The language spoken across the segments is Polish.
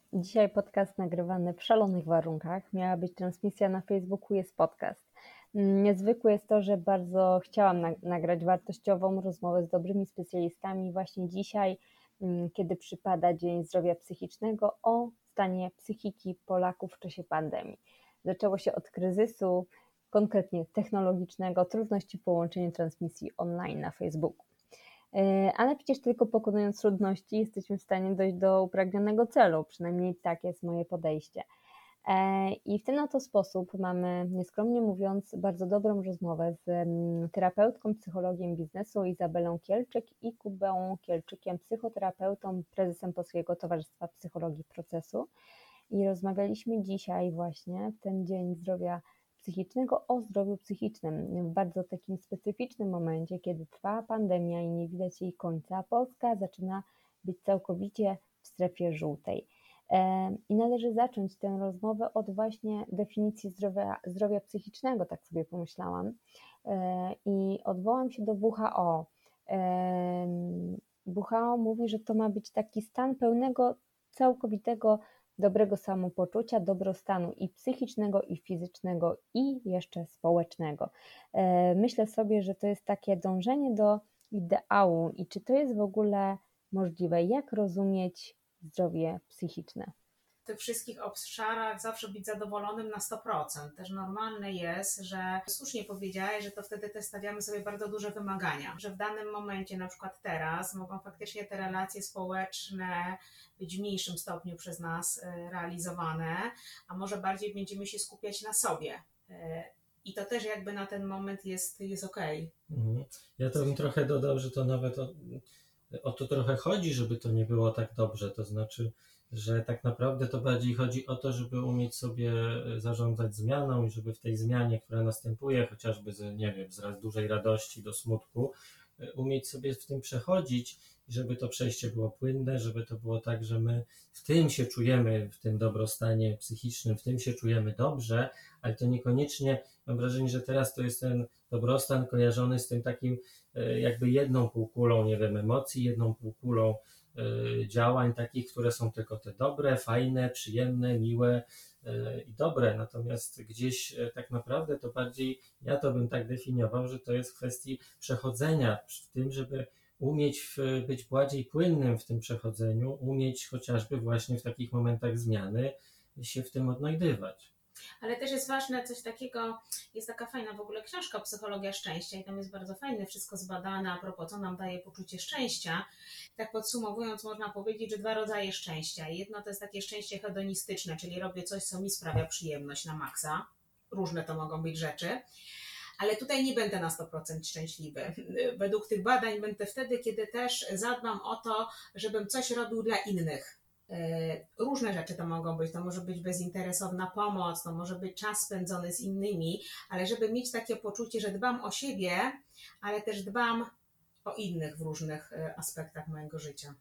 Dzisiaj podcast nagrywany w szalonych warunkach. Miała być transmisja na Facebooku, jest podcast. Niezwykłe jest to, że bardzo chciałam nagrać wartościową rozmowę z dobrymi specjalistami właśnie dzisiaj, kiedy przypada Dzień Zdrowia Psychicznego, o stanie psychiki Polaków w czasie pandemii. Zaczęło się od kryzysu, konkretnie technologicznego, trudności w połączeniu transmisji online na Facebooku. Ale przecież tylko pokonując trudności jesteśmy w stanie dojść do upragnionego celu, przynajmniej tak jest moje podejście. I w ten oto sposób mamy, nieskromnie mówiąc, bardzo dobrą rozmowę z terapeutką, psychologiem biznesu Izabelą Kielczyk i Kubą Kielczykiem, psychoterapeutą, prezesem Polskiego Towarzystwa Psychologii Procesu. I rozmawialiśmy dzisiaj właśnie w ten Dzień Zdrowia Psychicznego o zdrowiu psychicznym. W bardzo takim specyficznym momencie, kiedy trwa pandemia i nie widać jej końca, Polska zaczyna być całkowicie w strefie żółtej. I należy zacząć tę rozmowę od właśnie definicji zdrowia psychicznego, tak sobie pomyślałam. I odwołam się do WHO. WHO mówi, że to ma być taki stan pełnego, całkowitego dobrego samopoczucia, dobrostanu i psychicznego, i fizycznego, i jeszcze społecznego. Myślę sobie, że to jest takie dążenie do ideału i czy to jest w ogóle możliwe? Jak rozumieć zdrowie psychiczne? W tych wszystkich obszarach zawsze być zadowolonym na 100%. Też normalne jest, że słusznie powiedziałeś, że to wtedy też stawiamy sobie bardzo duże wymagania, że w danym momencie, na przykład teraz, mogą faktycznie te relacje społeczne być w mniejszym stopniu przez nas realizowane, a może bardziej będziemy się skupiać na sobie. I to też jakby na ten moment jest okej. Ja to bym trochę dodał, że to nawet o to trochę chodzi, żeby to nie było tak dobrze, to znaczy, że tak naprawdę to bardziej chodzi o to, żeby umieć sobie zarządzać zmianą i żeby w tej zmianie, która następuje, chociażby z dużej radości do smutku, umieć sobie w tym przechodzić i żeby to przejście było płynne, żeby to było tak, że my w tym się czujemy, w tym dobrostanie psychicznym, w tym się czujemy dobrze, ale to niekoniecznie, mam wrażenie, że teraz to jest ten dobrostan kojarzony z tym takim jakby jedną półkulą, emocji, jedną półkulą działań takich, które są tylko te dobre, fajne, przyjemne, miłe i dobre, natomiast gdzieś tak naprawdę to bardziej, ja to bym tak definiował, że to jest kwestii przechodzenia w tym, żeby umieć być bardziej płynnym w tym przechodzeniu, umieć chociażby właśnie w takich momentach zmiany się w tym odnajdywać. Ale też jest ważne coś takiego, jest taka fajna w ogóle książka Psychologia Szczęścia i tam jest bardzo fajne wszystko zbadane a propos, co nam daje poczucie szczęścia. Tak podsumowując, można powiedzieć, że 2 rodzaje szczęścia. Jedno to jest takie szczęście hedonistyczne, czyli robię coś, co mi sprawia przyjemność na maksa. Różne to mogą być rzeczy. Ale tutaj nie będę na 100% szczęśliwy. Według tych badań będę wtedy, kiedy też zadbam o to, żebym coś robił dla innych. Różne rzeczy to mogą być, to może być bezinteresowna pomoc, to może być czas spędzony z innymi, ale żeby mieć takie poczucie, że dbam o siebie, ale też dbam o innych w różnych aspektach mojego życia.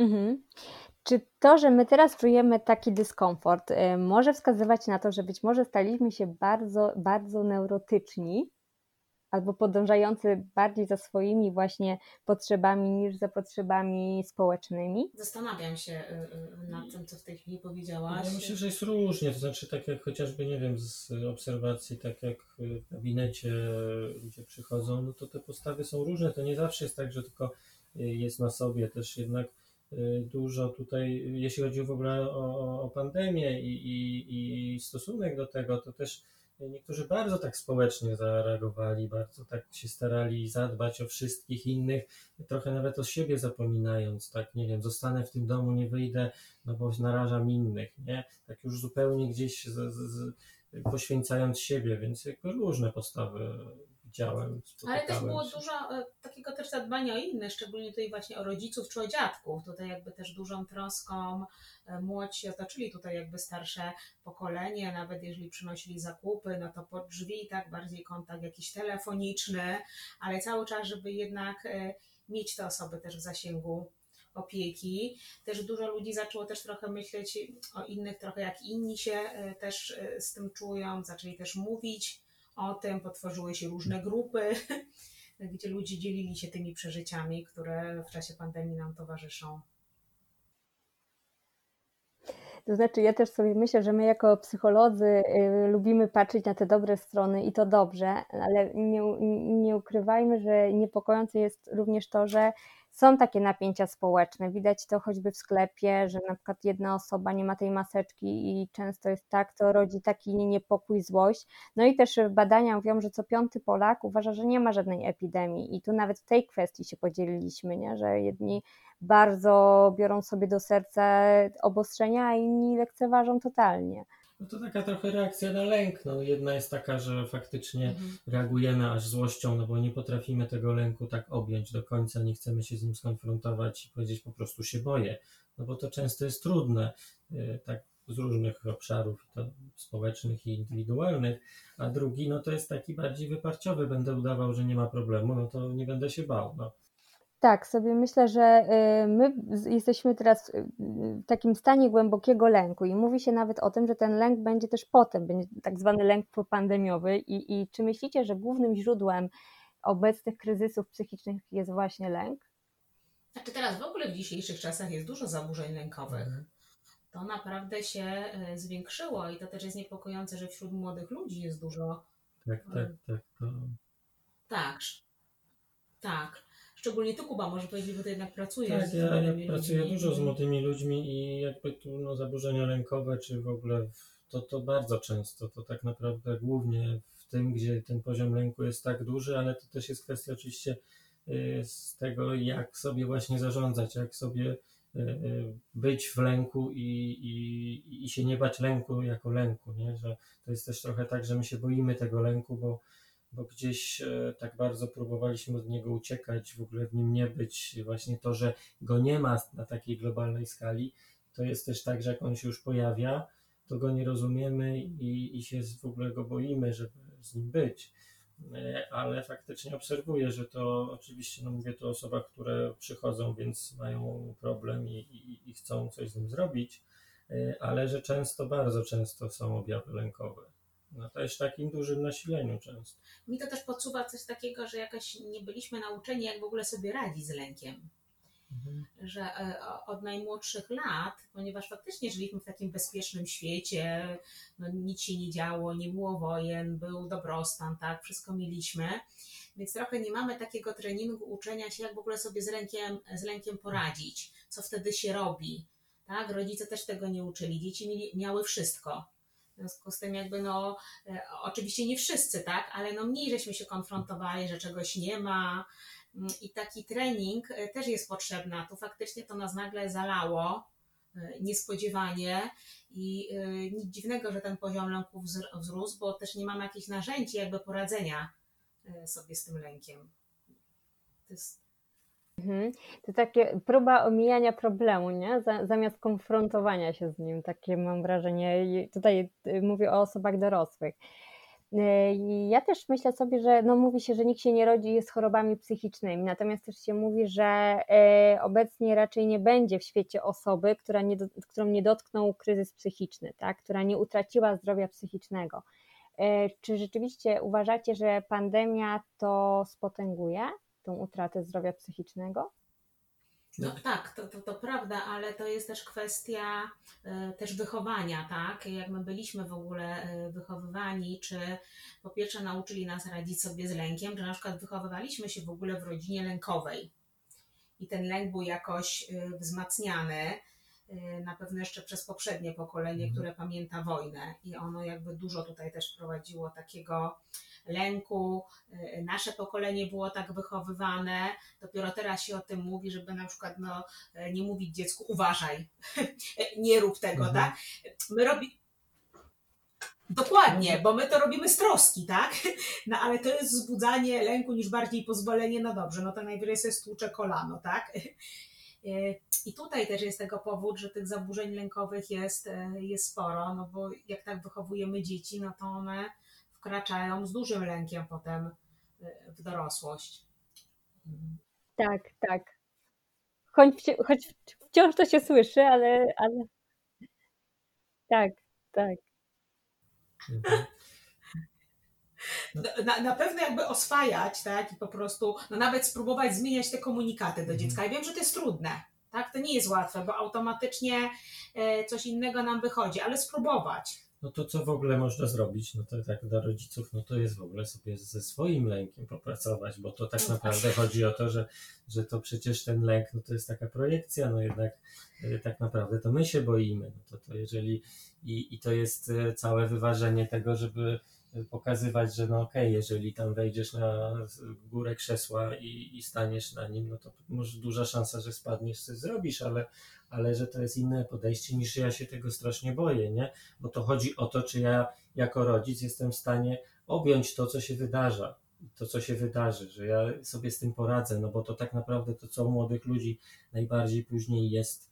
Czy to, że my teraz czujemy taki dyskomfort, może wskazywać na to, że być może staliśmy się bardzo, bardzo neurotyczni albo podążający bardziej za swoimi właśnie potrzebami niż za potrzebami społecznymi? Zastanawiam się nad tym, co w tej chwili powiedziałaś. Ja myślę, że jest różnie, to znaczy tak jak chociażby, z obserwacji, tak jak w gabinecie ludzie przychodzą, no to te postawy są różne, to nie zawsze jest tak, że tylko jest na sobie, też jednak dużo tutaj, jeśli chodzi w ogóle o pandemię i stosunek do tego, to też niektórzy bardzo tak społecznie zareagowali, bardzo tak się starali zadbać o wszystkich innych, trochę nawet o siebie zapominając, tak zostanę w tym domu, nie wyjdę, no bo narażam innych, nie? Tak już zupełnie gdzieś poświęcając siebie, więc jakby różne postawy widziałem, ale też było dużo takiego też zadbania o innych, szczególnie tutaj właśnie o rodziców czy o dziadków. Tutaj jakby też dużą troską młodsi otoczyli tutaj jakby starsze pokolenie, nawet jeżeli przynosili zakupy, no to pod drzwi, tak, bardziej kontakt jakiś telefoniczny, ale cały czas, żeby jednak mieć te osoby też w zasięgu opieki. Też dużo ludzi zaczęło też trochę myśleć o innych, trochę jak inni się też z tym czują, zaczęli też mówić o tym, potworzyły się różne grupy, gdzie ludzie dzielili się tymi przeżyciami, które w czasie pandemii nam towarzyszą. To znaczy, ja też sobie myślę, że my jako psycholodzy lubimy patrzeć na te dobre strony i to dobrze, ale nie ukrywajmy, że niepokojące jest również to, że są takie napięcia społeczne. Widać to choćby w sklepie, że na przykład jedna osoba nie ma tej maseczki i często jest tak, to rodzi taki niepokój, złość. No i też badania mówią, że co 5. Polak uważa, że nie ma żadnej epidemii i tu nawet w tej kwestii się podzieliliśmy, nie? Że jedni bardzo biorą sobie do serca obostrzenia, a inni lekceważą totalnie. No to taka trochę reakcja na lęk. No, jedna jest taka, że faktycznie reagujemy aż złością, no bo nie potrafimy tego lęku tak objąć do końca, nie chcemy się z nim skonfrontować i powiedzieć po prostu się boję, no bo to często jest trudne, tak z różnych obszarów, to społecznych i indywidualnych, a drugi, no to jest taki bardziej wyparciowy, będę udawał, że nie ma problemu, no to nie będę się bał, no. Tak, sobie myślę, że my jesteśmy teraz w takim stanie głębokiego lęku i mówi się nawet o tym, że ten lęk będzie też potem, będzie tak zwany lęk popandemiowy i czy myślicie, że głównym źródłem obecnych kryzysów psychicznych jest właśnie lęk? Znaczy teraz w ogóle w dzisiejszych czasach jest dużo zaburzeń lękowych. To naprawdę się zwiększyło i to też jest niepokojące, że wśród młodych ludzi jest dużo. Tak. Tak. Szczególnie ty, Kuba, może powiedzieć, bo ty jednak pracujesz Tak, z ja młodymi pracuję ludźmi. dużo z młodymi ludźmi i jakby tu zaburzenia lękowe, czy w ogóle to bardzo często, to tak naprawdę głównie w tym, gdzie ten poziom lęku jest tak duży, ale to też jest kwestia oczywiście z tego, jak sobie właśnie zarządzać, jak sobie być w lęku i się nie bać lęku jako lęku, nie? Że to jest też trochę tak, że my się boimy tego lęku, bo gdzieś tak bardzo próbowaliśmy od niego uciekać, w ogóle w nim nie być. Właśnie to, że go nie ma na takiej globalnej skali, to jest też tak, że jak on się już pojawia, to go nie rozumiemy i się w ogóle go boimy, żeby z nim być. Ale faktycznie obserwuję, że to oczywiście, no mówię tu o osobach, które przychodzą, więc mają problem i chcą coś z nim zrobić, ale że bardzo często są objawy lękowe. No też w takim dużym nasileniu często. Mi to też podsuwa coś takiego, że jakoś nie byliśmy nauczeni, jak w ogóle sobie radzić z lękiem. Że od najmłodszych lat, ponieważ faktycznie żyliśmy w takim bezpiecznym świecie, no nic się nie działo, nie było wojen, był dobrostan, tak, wszystko mieliśmy, więc trochę nie mamy takiego treningu uczenia się, jak w ogóle sobie z lękiem poradzić, co wtedy się robi, tak, rodzice też tego nie uczyli, dzieci miały wszystko. W związku z tym jakby oczywiście nie wszyscy, tak, ale mniej żeśmy się konfrontowali, że czegoś nie ma i taki trening też jest potrzebny. Tu faktycznie to nas nagle zalało niespodziewanie i nic dziwnego, że ten poziom lęku wzrósł, bo też nie mamy jakichś narzędzi jakby poradzenia sobie z tym lękiem. To jest... To takie próba omijania problemu, nie? Zamiast konfrontowania się z nim, takie mam wrażenie. Tutaj mówię o osobach dorosłych. Ja też myślę sobie, że mówi się, że nikt się nie rodzi z chorobami psychicznymi, natomiast też się mówi, że obecnie raczej nie będzie w świecie osoby, którą nie dotknął kryzys psychiczny, tak? Która nie utraciła zdrowia psychicznego. Czy rzeczywiście uważacie, że pandemia to spotęguje, tą utratę zdrowia psychicznego? No tak, to prawda, ale to jest też kwestia też wychowania, tak? Jak my byliśmy w ogóle wychowywani, czy po pierwsze nauczyli nas radzić sobie z lękiem, czy na przykład wychowywaliśmy się w ogóle w rodzinie lękowej i ten lęk był jakoś wzmacniany, na pewno jeszcze przez poprzednie pokolenie, które pamięta wojnę i ono jakby dużo tutaj też wprowadziło takiego lęku. Nasze pokolenie było tak wychowywane, dopiero teraz się o tym mówi, żeby na przykład nie mówić dziecku uważaj, nie rób tego, tak? Dokładnie, bo my to robimy z troski, tak? No ale to jest wzbudzanie lęku niż bardziej pozwolenie, no dobrze, no to najwyżej sobie stłuczę kolano, tak? I tutaj też jest tego powód, że tych zaburzeń lękowych jest sporo, no bo jak tak wychowujemy dzieci, no to one wkraczają z dużym lękiem potem w dorosłość. Tak. Choć wciąż to się słyszy, ale tak. Na pewno jakby oswajać, tak, i po prostu nawet spróbować zmieniać te komunikaty do dziecka. Ja wiem, że to jest trudne, tak? To nie jest łatwe, bo automatycznie coś innego nam wychodzi, ale spróbować. No to co w ogóle można zrobić? No to tak dla rodziców, no to jest w ogóle sobie ze swoim lękiem popracować, bo to tak naprawdę chodzi o to, że to przecież ten lęk, no to jest taka projekcja, no jednak tak naprawdę to my się boimy, no to jeżeli i to jest całe wyważenie tego, żeby pokazywać, że no okej, jeżeli tam wejdziesz na górę krzesła i staniesz na nim, no to może duża szansa, że spadniesz, coś zrobisz, ale że to jest inne podejście niż ja się tego strasznie boję, nie? Bo to chodzi o to, czy ja jako rodzic jestem w stanie objąć to, co się wydarza, to, co się wydarzy, że ja sobie z tym poradzę, no bo to tak naprawdę to, co u młodych ludzi najbardziej później jest,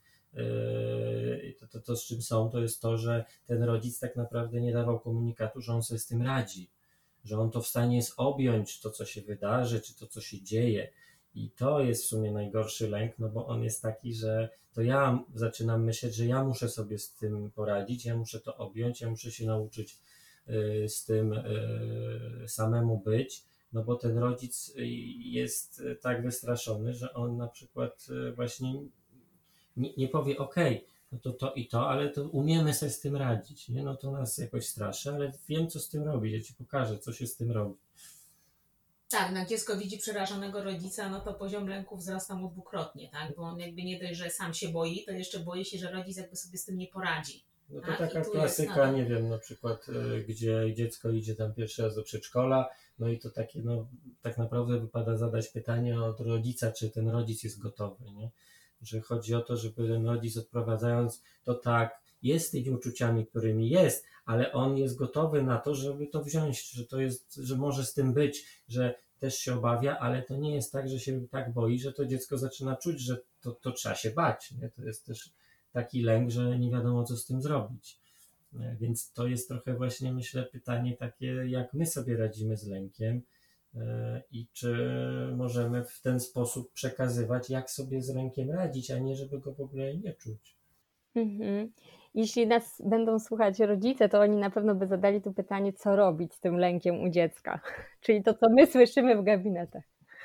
to z czym są, to jest to, że ten rodzic tak naprawdę nie dawał komunikatu, że on sobie z tym radzi, że on to w stanie jest objąć to, co się wydarzy, czy to, co się dzieje. I to jest w sumie najgorszy lęk, no bo on jest taki, że to ja zaczynam myśleć, że ja muszę sobie z tym poradzić, ja muszę to objąć, ja muszę się nauczyć z tym samemu być, no bo ten rodzic jest tak wystraszony, że on na przykład właśnie nie powie no to i to, ale to umiemy sobie z tym radzić, nie? No to nas jakoś straszy, ale wiem, co z tym robić, ja ci pokażę, co się z tym robi. Tak, jak dziecko widzi przerażonego rodzica, no to poziom lęku wzrasta mu dwukrotnie, tak? Bo on jakby nie dość, że sam się boi, to jeszcze boi się, że rodzic jakby sobie z tym nie poradzi. No to tak? taka klasyka, nie wiem, na przykład gdzie dziecko idzie tam pierwszy raz do przedszkola, no i to takie, no tak naprawdę wypada zadać pytanie od rodzica, czy ten rodzic jest gotowy, nie? Że chodzi o to, żeby ten rodzic odprowadzając, to tak, jest tymi uczuciami, którymi jest, ale on jest gotowy na to, żeby to wziąć, że to jest, że może z tym być, że też się obawia, ale to nie jest tak, że się tak boi, że to dziecko zaczyna czuć, że to trzeba się bać, nie? To jest też taki lęk, że nie wiadomo, co z tym zrobić. Więc to jest trochę właśnie, myślę, pytanie takie, jak my sobie radzimy z lękiem i czy możemy w ten sposób przekazywać, jak sobie z lękiem radzić, a nie żeby go w ogóle nie czuć. Mhm. Jeśli nas będą słuchać rodzice, to oni na pewno by zadali tu pytanie, co robić z tym lękiem u dziecka. Czyli to, co my słyszymy w gabinetach.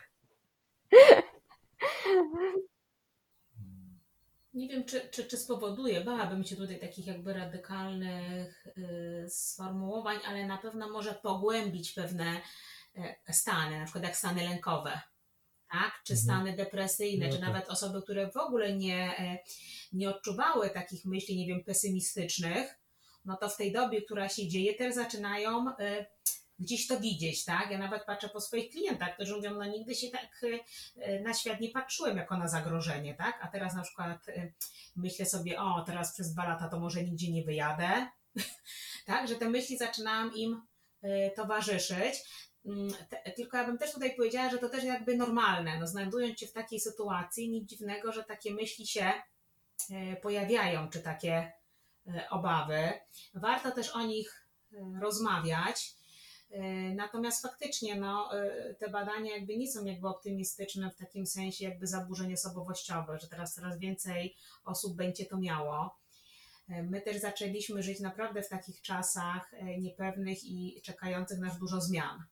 Nie wiem, czy spowoduje, bałabym się tutaj takich jakby radykalnych sformułowań, ale na pewno może pogłębić pewne stany, na przykład jak stany lękowe, tak? Czy stany depresyjne, No czy tak. nawet osoby, które w ogóle nie odczuwały takich myśli, nie wiem, pesymistycznych, no to w tej dobie, która się dzieje, też zaczynają gdzieś to widzieć, tak? Ja nawet patrzę po swoich klientach, którzy mówią, no nigdy się tak na świat nie patrzyłem jako na zagrożenie, tak? A teraz na przykład myślę sobie, teraz przez 2 lata to może nigdzie nie wyjadę, tak? Że te myśli zaczynałam im towarzyszyć. Tylko ja bym też tutaj powiedziała, że to też jakby normalne, no znajdując się w takiej sytuacji, nic dziwnego, że takie myśli się pojawiają, czy takie obawy. Warto też o nich rozmawiać. Natomiast faktycznie te badania jakby nie są jakby optymistyczne w takim sensie jakby zaburzeń osobowościowych, że teraz coraz więcej osób będzie to miało. My też zaczęliśmy żyć naprawdę w takich czasach niepewnych i czekających nas dużo zmian.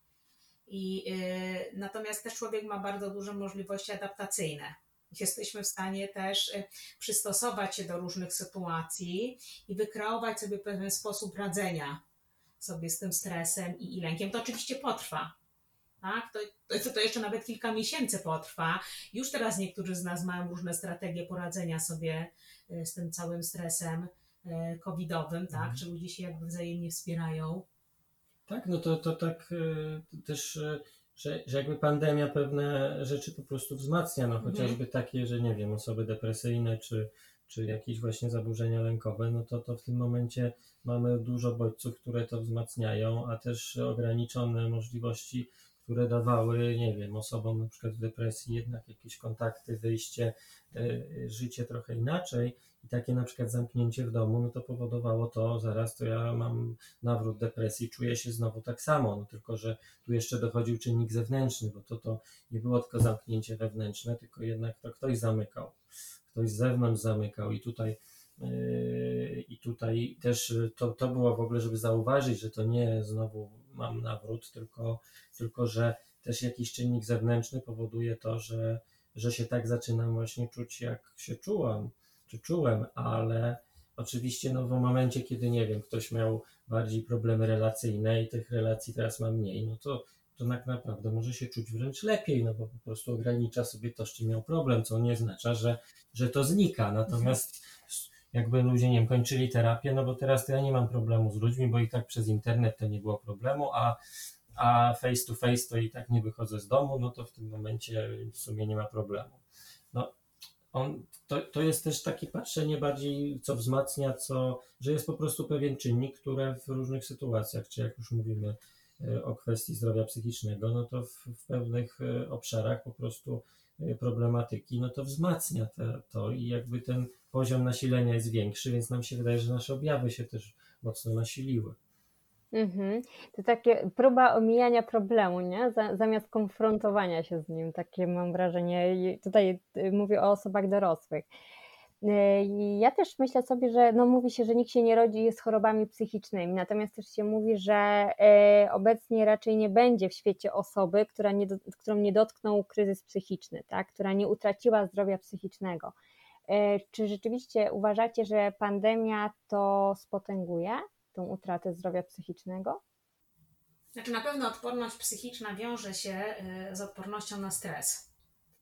Natomiast też człowiek ma bardzo duże możliwości adaptacyjne. Jesteśmy w stanie też przystosować się do różnych sytuacji i wykreować sobie pewien sposób radzenia sobie z tym stresem i lękiem. To oczywiście potrwa. Tak? To jeszcze nawet kilka miesięcy potrwa. Już teraz niektórzy z nas mają różne strategie poradzenia sobie z tym całym stresem covidowym, tak? Czy ludzie się jakby wzajemnie wspierają. Tak, no to tak też, że jakby pandemia pewne rzeczy po prostu wzmacnia, no chociażby takie, że nie wiem, osoby depresyjne czy jakieś właśnie zaburzenia lękowe, no to w tym momencie mamy dużo bodźców, które to wzmacniają, a też ograniczone możliwości, które dawały, nie wiem, osobom na przykład w depresji jednak jakieś kontakty, wyjście, życie trochę inaczej i takie na przykład zamknięcie w domu, no to powodowało to, zaraz to ja mam nawrót depresji, czuję się znowu tak samo, no tylko, że tu jeszcze dochodził czynnik zewnętrzny, bo to nie było tylko zamknięcie wewnętrzne, tylko jednak to ktoś zamykał, ktoś z zewnątrz zamykał i tutaj też to było w ogóle, żeby zauważyć, że to nie znowu mam nawrót, tylko że też jakiś czynnik zewnętrzny powoduje to, że się tak zaczynam właśnie czuć, jak się czułam, czy czułem, ale oczywiście no, w momencie, kiedy nie wiem, ktoś miał bardziej problemy relacyjne i tych relacji teraz ma mniej, no to tak naprawdę może się czuć wręcz lepiej, no bo po prostu ogranicza sobie to, z czym miał problem, co nie oznacza, że to znika. Natomiast jakby ludzie, nie wiem, kończyli terapię, no bo teraz to ja nie mam problemu z ludźmi, bo i tak przez internet to nie było problemu, a face to face to i tak nie wychodzę z domu, no to w tym momencie w sumie nie ma problemu. No, to jest też takie patrzenie bardziej, co wzmacnia, że jest po prostu pewien czynnik, który w różnych sytuacjach, czy jak już mówimy o kwestii zdrowia psychicznego, no to w pewnych obszarach po prostu problematyki, no to wzmacnia to i jakby ten poziom nasilenia jest większy, więc nam się wydaje, że nasze objawy się też mocno nasiliły. To takie próba omijania problemu, nie? Zamiast konfrontowania się z nim, takie mam wrażenie. I tutaj mówię o osobach dorosłych. Ja też myślę sobie, że no mówi się, że nikt się nie rodzi z chorobami psychicznymi, natomiast też się mówi, że obecnie raczej nie będzie w świecie osoby, którą nie dotknął kryzys psychiczny, tak? Która nie utraciła zdrowia psychicznego. Czy rzeczywiście uważacie, że pandemia to spotęguje, tą utratę zdrowia psychicznego? Znaczy na pewno odporność psychiczna wiąże się z odpornością na stres.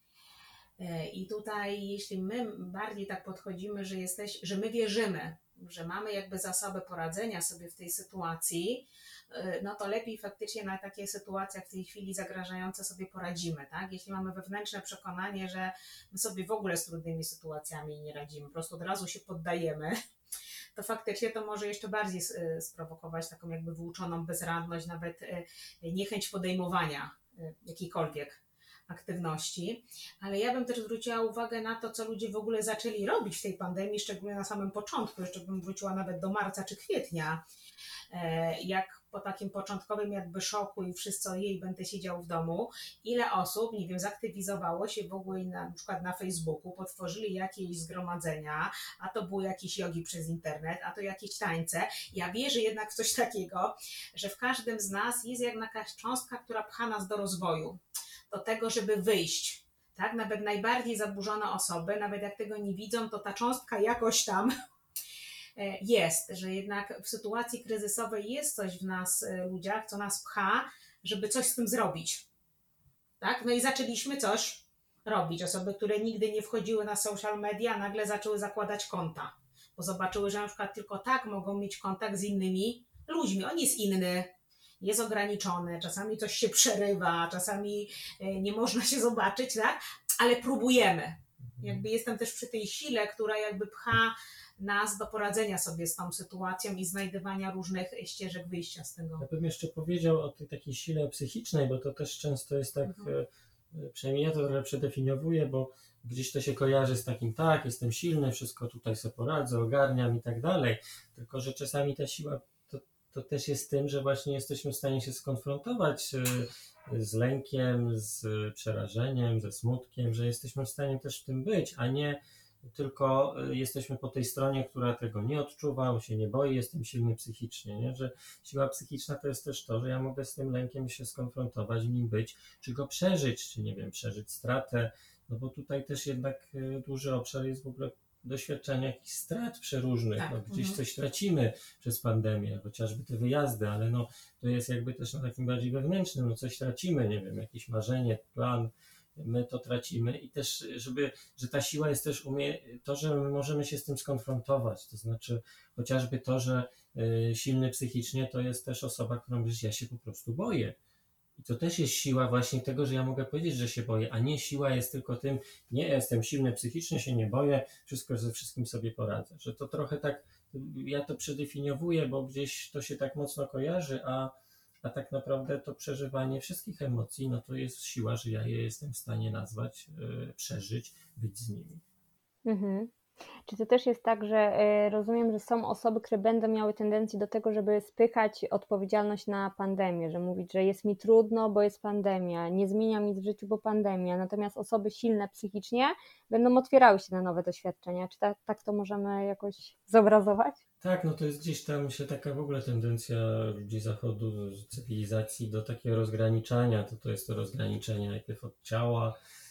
I tutaj, jeśli my bardziej tak podchodzimy, że my wierzymy, że mamy jakby zasoby poradzenia sobie w tej sytuacji, no to lepiej faktycznie na takie sytuacje w tej chwili zagrażające sobie poradzimy, tak? Jeśli mamy wewnętrzne przekonanie, że my sobie w ogóle z trudnymi sytuacjami nie radzimy, po prostu od razu się poddajemy, to faktycznie to może jeszcze bardziej sprowokować taką jakby wyuczoną bezradność, nawet niechęć podejmowania jakiejkolwiek aktywności, ale ja bym też zwróciła uwagę na to, co ludzie w ogóle zaczęli robić w tej pandemii, szczególnie na samym początku, jeszcze bym wróciła nawet do marca czy kwietnia, jak po takim początkowym jakby szoku i wszyscy ojej, będę siedział w domu, ile osób, nie wiem, zaktywizowało się w ogóle na przykład na Facebooku, potworzyli jakieś zgromadzenia, a to były jakieś jogi przez internet, a to jakieś tańce. Ja wierzę jednak w coś takiego, że w każdym z nas jest jakaś cząstka, która pcha nas do rozwoju, do tego, żeby wyjść. Tak? Nawet najbardziej zaburzone osoby, nawet jak tego nie widzą, to ta cząstka jakoś tam jest, że jednak w sytuacji kryzysowej jest coś w nas, ludziach, co nas pcha, żeby coś z tym zrobić. Tak? No i zaczęliśmy coś robić. Osoby, które nigdy nie wchodziły na social media, nagle zaczęły zakładać konta, bo zobaczyły, że na przykład tylko tak mogą mieć kontakt z innymi ludźmi. On jest inny, jest ograniczony, czasami coś się przerywa, czasami nie można się zobaczyć, tak? Ale próbujemy. Jakby jestem też przy tej sile, która jakby pcha nas do poradzenia sobie z tą sytuacją i znajdywania różnych ścieżek wyjścia z tego. Ja bym jeszcze powiedział o tej takiej sile psychicznej, bo to też często jest tak, przynajmniej ja to trochę przedefiniowuję, bo gdzieś to się kojarzy z takim, tak, jestem silny, wszystko tutaj sobie poradzę, ogarniam i tak dalej, tylko że czasami ta siła to też jest tym, że właśnie jesteśmy w stanie się skonfrontować z lękiem, z przerażeniem, ze smutkiem, że jesteśmy w stanie też w tym być, a nie tylko jesteśmy po tej stronie, która tego nie odczuwa, się nie boi, jestem silny psychicznie, nie? Że siła psychiczna to jest też to, że ja mogę z tym lękiem się skonfrontować, w nim być, czy go przeżyć, czy nie wiem, przeżyć stratę, no bo tutaj też jednak duży obszar jest w ogóle doświadczenia jakichś strat przeróżnych, Tak. No, gdzieś coś tracimy przez pandemię, chociażby te wyjazdy, ale no to jest jakby też na takim bardziej wewnętrznym, no coś tracimy, nie wiem, jakieś marzenie, plan, my to tracimy i też, że ta siła jest też to, że my możemy się z tym skonfrontować, to znaczy chociażby to, że silny psychicznie to jest też osoba, którą mówisz, ja się po prostu boję. I to też jest siła właśnie tego, że ja mogę powiedzieć, że się boję, a nie siła jest tylko tym, nie jestem silny psychicznie, się nie boję, wszystko ze wszystkim sobie poradzę. Że to trochę tak, ja to przedefiniowuję, bo gdzieś to się tak mocno kojarzy, a tak naprawdę to przeżywanie wszystkich emocji, no to jest siła, że ja je jestem w stanie nazwać, przeżyć, być z nimi. Czy to też jest tak, że rozumiem, że są osoby, które będą miały tendencję do tego, żeby spychać odpowiedzialność na pandemię, że mówić, że jest mi trudno, bo jest pandemia, nie zmienia nic w życiu, bo pandemia, natomiast osoby silne psychicznie będą otwierały się na nowe doświadczenia. Czy tak to możemy jakoś zobrazować? Tak, no to jest gdzieś tam się taka w ogóle tendencja ludzi zachodu, cywilizacji do takiego rozgraniczania, to jest to rozgraniczenie najpierw od ciała,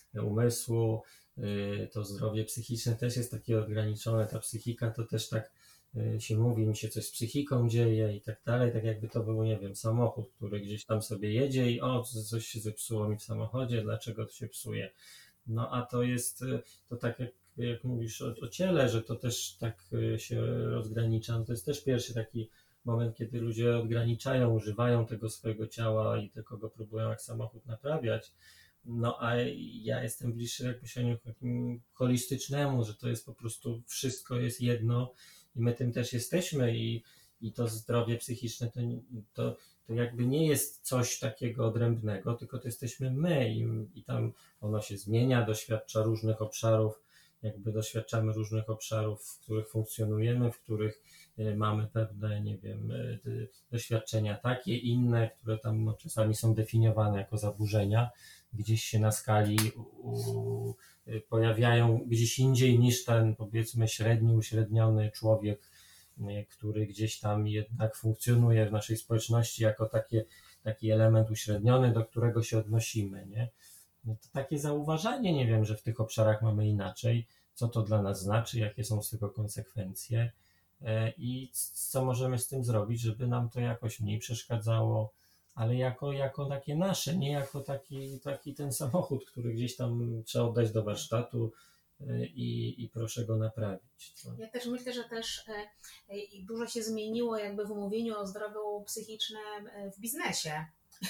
umysłu, to zdrowie psychiczne też jest takie ograniczone, ta psychika to też tak się mówi, mi się coś z psychiką dzieje i tak dalej, tak jakby to był, nie wiem, samochód, który gdzieś tam sobie jedzie i coś się zepsuło mi w samochodzie, dlaczego to się psuje? No a to jest, to tak jak mówisz o ciele, że to też tak się rozgranicza, no to jest też pierwszy taki moment, kiedy ludzie odgraniczają, używają tego swojego ciała i tylko go próbują jak samochód naprawiać. No a ja jestem bliższy jak myśleniu takim holistycznemu, że to jest po prostu wszystko jest jedno i my tym też jesteśmy i to zdrowie psychiczne to jakby nie jest coś takiego odrębnego, tylko to jesteśmy my i tam ono się zmienia, doświadcza różnych obszarów, jakby doświadczamy różnych obszarów, w których funkcjonujemy, w których mamy pewne, nie wiem, doświadczenia takie, inne, które tam czasami są definiowane jako zaburzenia, gdzieś się na skali pojawiają gdzieś indziej niż ten, powiedzmy, średni, uśredniony człowiek, który gdzieś tam jednak funkcjonuje w naszej społeczności jako taki element uśredniony, do którego się odnosimy, nie? No to takie zauważanie, nie wiem, że w tych obszarach mamy inaczej, co to dla nas znaczy, jakie są z tego konsekwencje i co możemy z tym zrobić, żeby nam to jakoś mniej przeszkadzało, ale jako takie nasze, nie jako taki ten samochód, który gdzieś tam trzeba oddać do warsztatu i proszę go naprawić. Ja też myślę, że też dużo się zmieniło jakby w mówieniu o zdrowiu psychicznym w biznesie.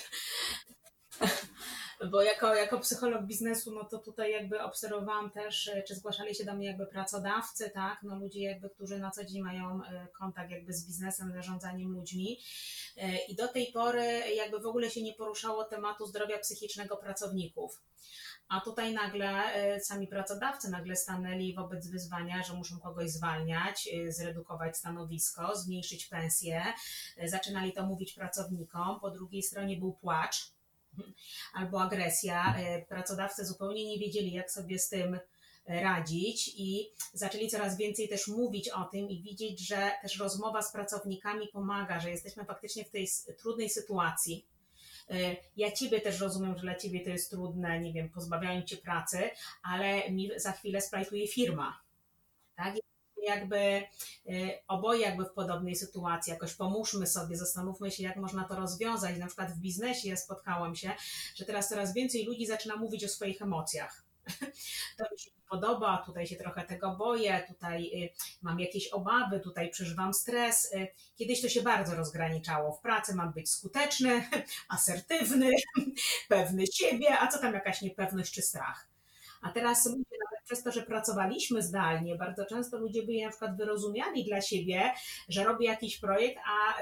Bo jako psycholog biznesu, no to tutaj jakby obserwowałam też, czy zgłaszali się do mnie jakby pracodawcy, tak, no ludzie jakby, którzy na co dzień mają kontakt jakby z biznesem, zarządzaniem ludźmi i do tej pory jakby w ogóle się nie poruszało tematu zdrowia psychicznego pracowników. A tutaj nagle sami pracodawcy nagle stanęli wobec wyzwania, że muszą kogoś zwalniać, zredukować stanowisko, zmniejszyć pensję. Zaczynali to mówić pracownikom. Po drugiej stronie był płacz albo agresja. Pracodawcy zupełnie nie wiedzieli, jak sobie z tym radzić i zaczęli coraz więcej też mówić o tym i widzieć, że też rozmowa z pracownikami pomaga, że jesteśmy faktycznie w tej trudnej sytuacji. Ja Ciebie też rozumiem, że dla Ciebie to jest trudne, nie wiem, pozbawiają Cię pracy, ale mi za chwilę splajtuje firma, tak? Jakby oboje jakby w podobnej sytuacji, jakoś pomóżmy sobie, zastanówmy się, jak można to rozwiązać. Na przykład w biznesie ja spotkałam się, że teraz coraz więcej ludzi zaczyna mówić o swoich emocjach. To mi się nie podoba, tutaj się trochę tego boję, tutaj mam jakieś obawy, tutaj przeżywam stres. Kiedyś to się bardzo rozgraniczało. W pracy mam być skuteczny, asertywny, pewny siebie, a co tam jakaś niepewność czy strach. A teraz ludzie nawet przez to, że pracowaliśmy zdalnie, bardzo często ludzie byli na przykład wyrozumiali dla siebie, że robię jakiś projekt, a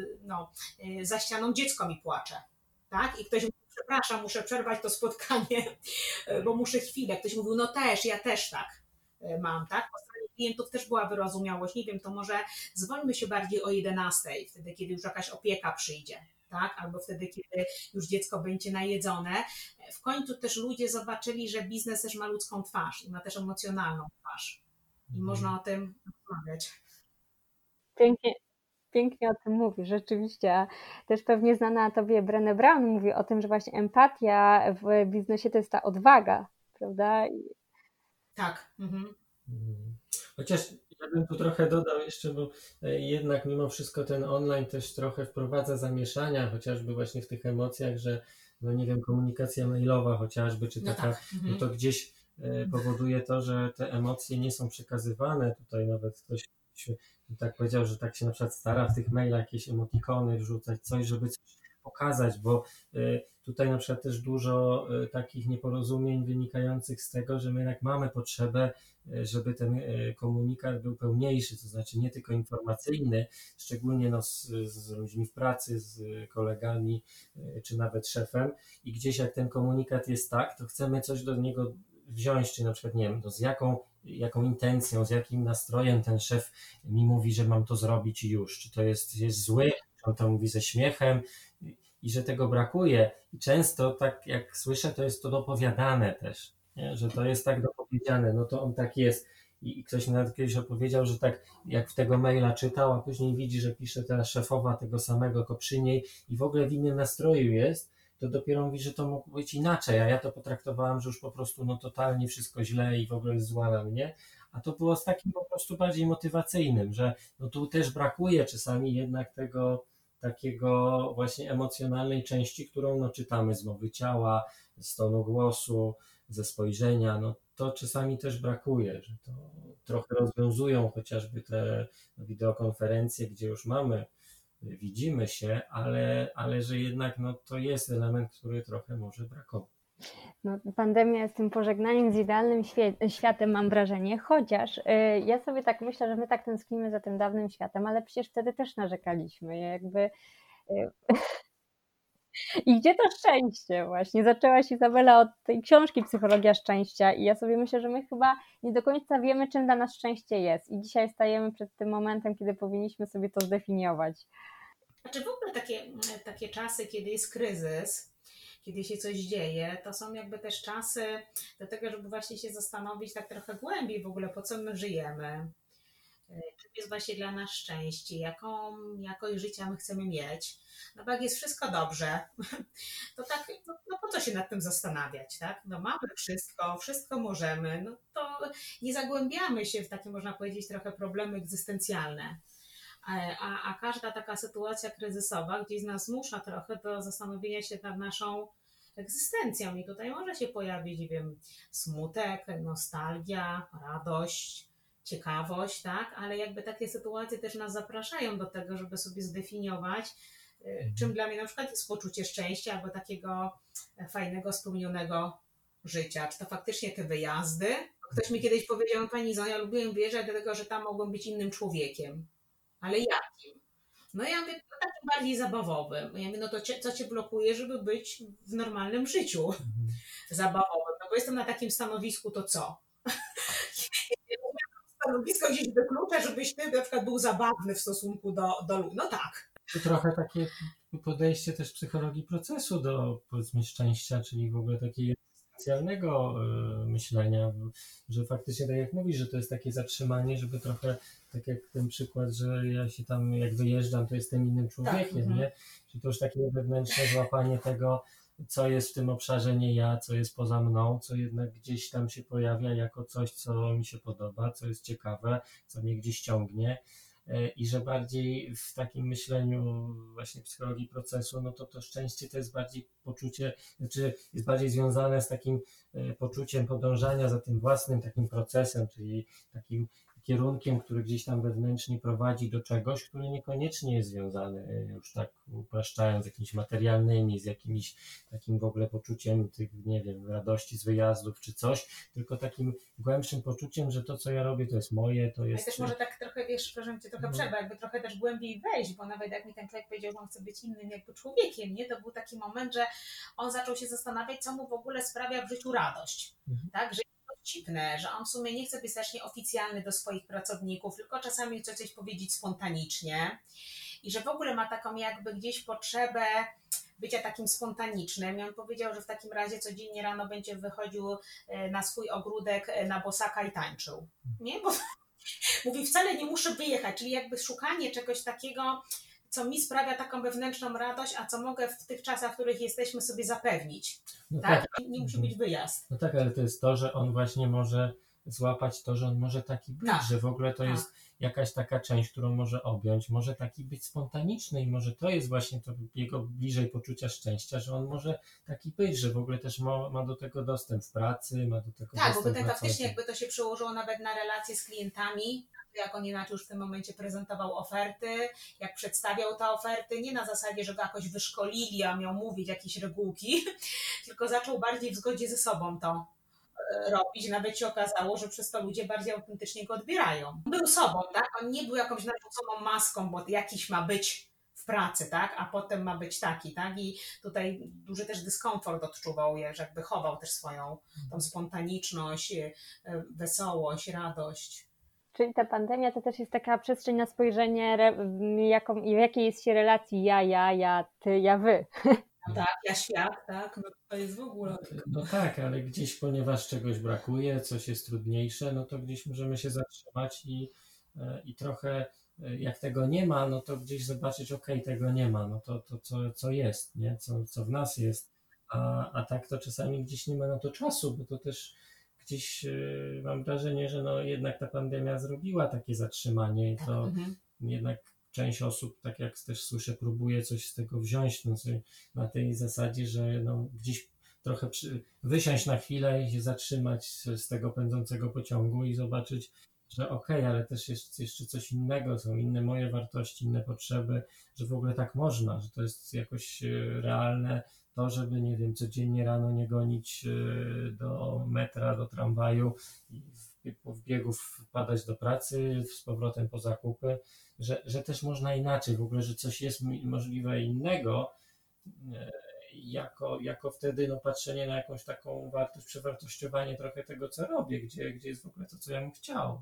za ścianą dziecko mi płacze. Tak? I ktoś mówi, przepraszam, muszę przerwać to spotkanie, bo muszę chwilę. Ktoś mówił, no też, ja też tak mam, tak? Po stronie klientów też była wyrozumiałość. Nie wiem, to może zwolnimy się bardziej o 11, wtedy, kiedy już jakaś opieka przyjdzie. Tak? Albo wtedy, kiedy już dziecko będzie najedzone. W końcu też ludzie zobaczyli, że biznes też ma ludzką twarz i ma też emocjonalną twarz. I można o tym rozmawiać. Pięknie o tym mówi, rzeczywiście. A też pewnie znana Tobie Brené Brown mówi o tym, że właśnie empatia w biznesie to jest ta odwaga, prawda? Tak. Mhm. Chociaż ja bym tu trochę dodał jeszcze, bo jednak mimo wszystko ten online też trochę wprowadza zamieszania, chociażby właśnie w tych emocjach, że no nie wiem, komunikacja mailowa chociażby, czy taka, No tak. no to gdzieś powoduje to, że te emocje nie są przekazywane. Tutaj nawet ktoś tak powiedział, że tak się na przykład stara w tych mailach jakieś emotikony wrzucać, coś, żeby coś pokazać, bo tutaj na przykład też dużo takich nieporozumień wynikających z tego, że my jednak mamy potrzebę, żeby ten komunikat był pełniejszy, to znaczy nie tylko informacyjny, szczególnie no z ludźmi w pracy, z kolegami, czy nawet szefem i gdzieś jak ten komunikat jest tak, to chcemy coś do niego wziąć, czy na przykład nie wiem, to z jaką intencją, z jakim nastrojem ten szef mi mówi, że mam to zrobić i już, czy to jest zły, czy on to mówi ze śmiechem i że tego brakuje i często tak jak słyszę, to jest to dopowiadane też, nie? Że to jest tak dopowiedziane, no to on tak jest i ktoś mi nawet kiedyś opowiedział, że tak jak w tego maila czytał, a później widzi, że pisze ta szefowa tego samego, tylko przy niej i w ogóle w innym nastroju jest to dopiero mówi, że to mogło być inaczej, a ja to potraktowałam, że już po prostu no totalnie wszystko źle i w ogóle jest zła na mnie, a to było z takim po prostu bardziej motywacyjnym, że no tu też brakuje czasami jednak tego takiego właśnie emocjonalnej części, którą no czytamy z mowy ciała, z tonu głosu, ze spojrzenia, no to czasami też brakuje, że to trochę rozwiązują chociażby te wideokonferencje, gdzie już widzimy się, ale że jednak no, to jest element, który trochę może brakować. No, pandemia jest tym pożegnaniem z idealnym światem, mam wrażenie, chociaż ja sobie tak myślę, że my tak tęsknimy za tym dawnym światem, ale przecież wtedy też narzekaliśmy, jakby i gdzie to szczęście właśnie? Zaczęłaś, Izabela, od tej książki Psychologia Szczęścia i ja sobie myślę, że my chyba nie do końca wiemy, czym dla nas szczęście jest i dzisiaj stajemy przed tym momentem, kiedy powinniśmy sobie to zdefiniować. Znaczy w ogóle takie czasy, kiedy jest kryzys, kiedy się coś dzieje, to są jakby też czasy do tego, żeby właśnie się zastanowić tak trochę głębiej w ogóle, po co my żyjemy, czym jest właśnie dla nas szczęście, jaką jakość życia my chcemy mieć. No bo jak jest wszystko dobrze, to tak, no po co się nad tym zastanawiać, tak? No mamy wszystko możemy, no to nie zagłębiamy się w takie, można powiedzieć, trochę problemy egzystencjalne. A każda taka sytuacja kryzysowa gdzieś nas zmusza trochę do zastanowienia się nad naszą egzystencją i tutaj może się pojawić, nie wiem, smutek, nostalgia, radość, ciekawość, tak? Ale jakby takie sytuacje też nas zapraszają do tego, żeby sobie zdefiniować, czym dla mnie na przykład jest poczucie szczęścia albo takiego fajnego, spełnionego życia. Czy to faktycznie te wyjazdy? Ktoś mi kiedyś powiedział, pani Zo, ja lubiłem wyjeżdżać dlatego, że tam mogłem być innym człowiekiem. Ale jakim? No ja mówię, no takim bardziej zabawowym. Ja mówię, no to co cię blokuje, żeby być w normalnym życiu zabawowym? No bo jestem na takim stanowisku, to co? Stanowisko gdzieś wyklucza, żebyś ty na przykład był zabawny w stosunku do ludzi. No tak. To trochę takie podejście też psychologii procesu do, powiedzmy, szczęścia, czyli w ogóle takiego egzystencjalnego myślenia, że faktycznie tak jak mówisz, że to jest takie zatrzymanie, żeby trochę, tak jak ten przykład, że ja się tam jak wyjeżdżam, to jestem innym człowiekiem, Tak, nie? Czyli to już takie wewnętrzne złapanie tego, co jest w tym obszarze nie ja, co jest poza mną, co jednak gdzieś tam się pojawia jako coś, co mi się podoba, co jest ciekawe, co mnie gdzieś ciągnie. I że bardziej w takim myśleniu właśnie psychologii procesu, no to szczęście to jest bardziej poczucie, znaczy jest bardziej związane z takim poczuciem podążania za tym własnym takim procesem, czyli takim kierunkiem, który gdzieś tam wewnętrznie prowadzi do czegoś, który niekoniecznie jest związany, już tak upraszczając, z jakimiś materialnymi, z jakimś takim w ogóle poczuciem tych, nie wiem, radości z wyjazdów czy coś, tylko takim głębszym poczuciem, że to, co ja robię, to jest moje, to jest... Ale też może tak trochę, wiesz, proszę cię trochę przerwę, jakby trochę też głębiej wejść, bo nawet jak mi ten człowiek powiedział, że on chce być innym jakby człowiekiem, nie? To był taki moment, że on zaczął się zastanawiać, co mu w ogóle sprawia w życiu radość, tak? Że dowcipne, że on w sumie nie chce być strasznie oficjalny do swoich pracowników, tylko czasami chce coś powiedzieć spontanicznie i że w ogóle ma taką jakby gdzieś potrzebę bycia takim spontanicznym. I on powiedział, że w takim razie codziennie rano będzie wychodził na swój ogródek na bosaka i tańczył. Nie? Bo mówi, wcale nie muszę wyjechać, czyli jakby szukanie czegoś takiego, co mi sprawia taką wewnętrzną radość, a co mogę w tych czasach, w których jesteśmy, sobie zapewnić. No tak? Nie musi być wyjazd. No tak, ale to jest to, że on właśnie może złapać to, że on może taki być, Tak. że w ogóle to jest jakaś taka część, którą może objąć, może taki być spontaniczny i może to jest właśnie to jego bliżej poczucia szczęścia, że on może taki być, że w ogóle też ma do tego dostęp w pracy, ma do tego tak, dostęp bo faktycznie jakby to się przełożyło nawet na relacje z klientami, jak on inaczej już w tym momencie prezentował oferty, jak przedstawiał te oferty, nie na zasadzie, że go jakoś wyszkolili, a miał mówić jakieś regułki, tylko zaczął bardziej w zgodzie ze sobą to robić. Nawet się okazało, że przez to ludzie bardziej autentycznie go odbierają. Był sobą, tak? On nie był jakąś narzuconą maską, bo jakiś ma być w pracy, tak? A potem ma być taki, tak? I tutaj duży też dyskomfort odczuwał, że jakby chował też swoją tą spontaniczność, wesołość, radość. Czyli ta pandemia to też jest taka przestrzeń na spojrzenie, w jakiej jest się relacji ja, ty, ja, wy. No tak, ja świat, tak? No to jest w ogóle... No tak, ale gdzieś, ponieważ czegoś brakuje, coś jest trudniejsze, no to gdzieś możemy się zatrzymać i trochę jak tego nie ma, no to gdzieś zobaczyć, tego nie ma, no to co jest, nie? Co w nas jest, a tak to czasami gdzieś nie ma na to czasu, bo to też gdzieś mam wrażenie, że no jednak ta pandemia zrobiła takie zatrzymanie i to jednak część osób, tak jak też słyszę, próbuje coś z tego wziąć, no, na tej zasadzie, że no, gdzieś trochę wysiąść na chwilę i się zatrzymać z tego pędzącego pociągu i zobaczyć, że ale też jest jeszcze coś innego, są inne moje wartości, inne potrzeby, że w ogóle tak można, że to jest jakoś realne, to, żeby, nie wiem, codziennie rano nie gonić do metra, do tramwaju i w biegu wpadać do pracy, z powrotem po zakupy, że też można inaczej, w ogóle, że coś jest możliwe innego, jako wtedy no, patrzenie na jakąś taką wartość, przewartościowanie trochę tego, co robię, gdzie jest w ogóle to, co ja bym chciał.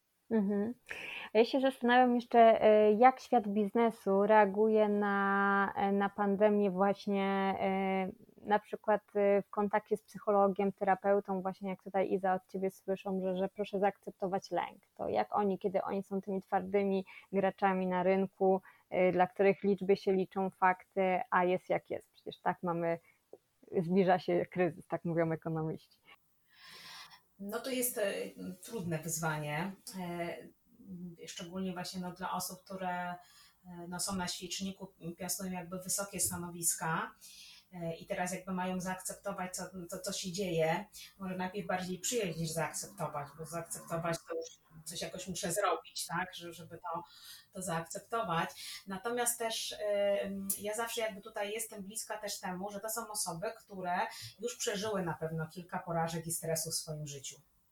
Ja się zastanawiam jeszcze, jak świat biznesu reaguje na pandemię właśnie na przykład w kontakcie z psychologiem, terapeutą, właśnie jak tutaj Iza od Ciebie słyszą, że proszę zaakceptować lęk. To jak oni, kiedy oni są tymi twardymi graczami na rynku, dla których liczby się liczą, fakty, a jest jak jest. Przecież tak zbliża się kryzys, tak mówią ekonomiści. No to jest trudne wyzwanie, szczególnie właśnie no, dla osób, które no, są na świeczniku, piastują jakby wysokie stanowiska i teraz jakby mają zaakceptować, co się dzieje. Może najpierw bardziej przyjąć niż zaakceptować, bo zaakceptować to już coś jakoś muszę zrobić, tak, żeby to zaakceptować. Natomiast też ja zawsze jakby tutaj jestem bliska też temu, że to są osoby, które już przeżyły na pewno kilka porażek i stresu w swoim życiu.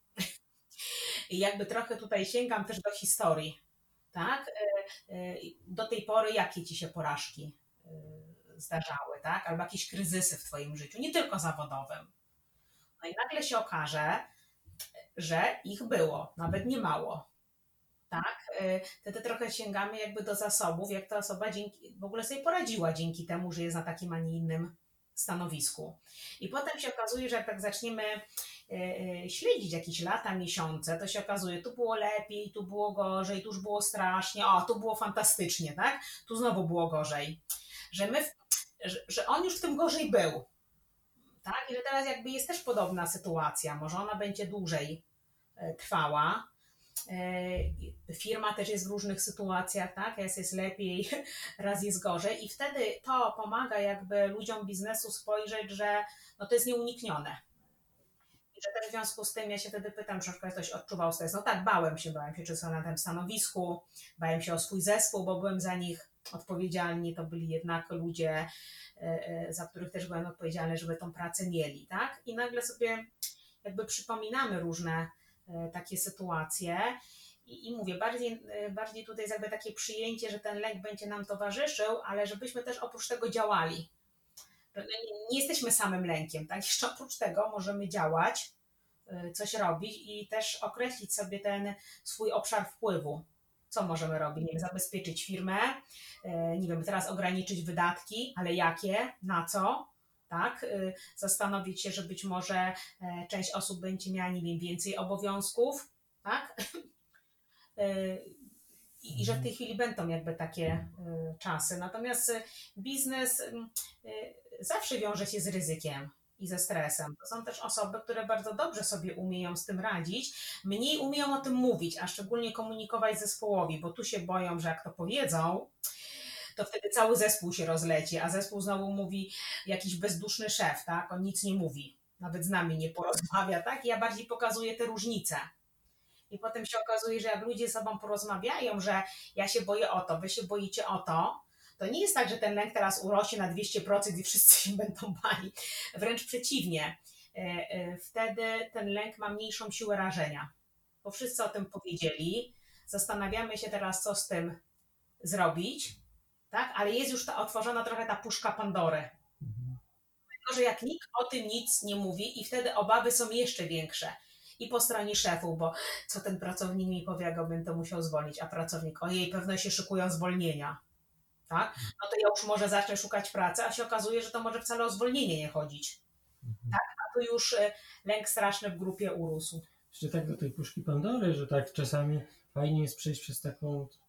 I jakby trochę tutaj sięgam też do historii, tak? Do tej pory jakie ci się porażki zdarzały, tak? Albo jakieś kryzysy w twoim życiu, nie tylko zawodowym. No i nagle się okaże, że ich było, nawet nie mało. Tak? Wtedy trochę sięgamy jakby do zasobów, jak ta osoba w ogóle sobie poradziła dzięki temu, że jest na takim, a nie innym stanowisku. I potem się okazuje, że jak tak zaczniemy śledzić jakieś lata, miesiące, to się okazuje, tu było lepiej, tu było gorzej, tu już było strasznie, tu było fantastycznie, tak? Tu znowu było gorzej. Że on już w tym gorzej był. Tak? I że teraz jakby jest też podobna sytuacja, może ona będzie dłużej trwała. Firma też jest w różnych sytuacjach, tak? Raz jest lepiej, raz jest gorzej i wtedy to pomaga jakby ludziom biznesu spojrzeć, że no to jest nieuniknione. I że też w związku z tym ja się wtedy pytam, czy ktoś odczuwał stres. No tak, bałem się, czy są na tym stanowisku, bałem się o swój zespół, bo byłem za nich odpowiedzialni, to byli jednak ludzie, za których też byłem odpowiedzialny, żeby tą pracę mieli, tak? I nagle sobie jakby przypominamy różne takie sytuacje i mówię, bardziej tutaj jest jakby takie przyjęcie, że ten lęk będzie nam towarzyszył, ale żebyśmy też oprócz tego działali. Nie jesteśmy samym lękiem, tak? Jeszcze oprócz tego możemy działać, coś robić i też określić sobie ten swój obszar wpływu. Co możemy robić? Nie wiem, zabezpieczyć firmę, nie wiem, teraz ograniczyć wydatki, ale jakie, na co? Tak? Zastanowić się, że być może część osób będzie miała, nie wiem, więcej obowiązków, tak? I że w tej chwili będą jakby takie czasy. Natomiast biznes zawsze wiąże się z ryzykiem i ze stresem. To są też osoby, które bardzo dobrze sobie umieją z tym radzić, mniej umieją o tym mówić, a szczególnie komunikować zespołowi, bo tu się boją, że jak to powiedzą, to wtedy cały zespół się rozleci, a zespół znowu mówi jakiś bezduszny szef, tak? On nic nie mówi, nawet z nami nie porozmawia, tak? I ja bardziej pokazuję te różnice. I potem się okazuje, że jak ludzie ze sobą porozmawiają, że ja się boję o to, wy się boicie o to nie jest tak, że ten lęk teraz urośnie na 200% i wszyscy się będą bali. Wręcz przeciwnie. Wtedy ten lęk ma mniejszą siłę rażenia, bo wszyscy o tym powiedzieli. Zastanawiamy się teraz, co z tym zrobić, tak? Ale jest już otworzona trochę ta puszka Pandory. Tylko, że jak nikt o tym nic nie mówi i wtedy obawy są jeszcze większe. I po stronie szefów, bo co ten pracownik mi powie, jak bym to musiał zwolnić, a pracownik, ojej, pewno się szykują zwolnienia, tak? No to ja już może zacznę szukać pracy, a się okazuje, że to może wcale o zwolnienie nie chodzić, tak? A tu już lęk straszny w grupie urósł. Jeszcze tak do tej puszki Pandory, że tak czasami fajnie jest przejść przez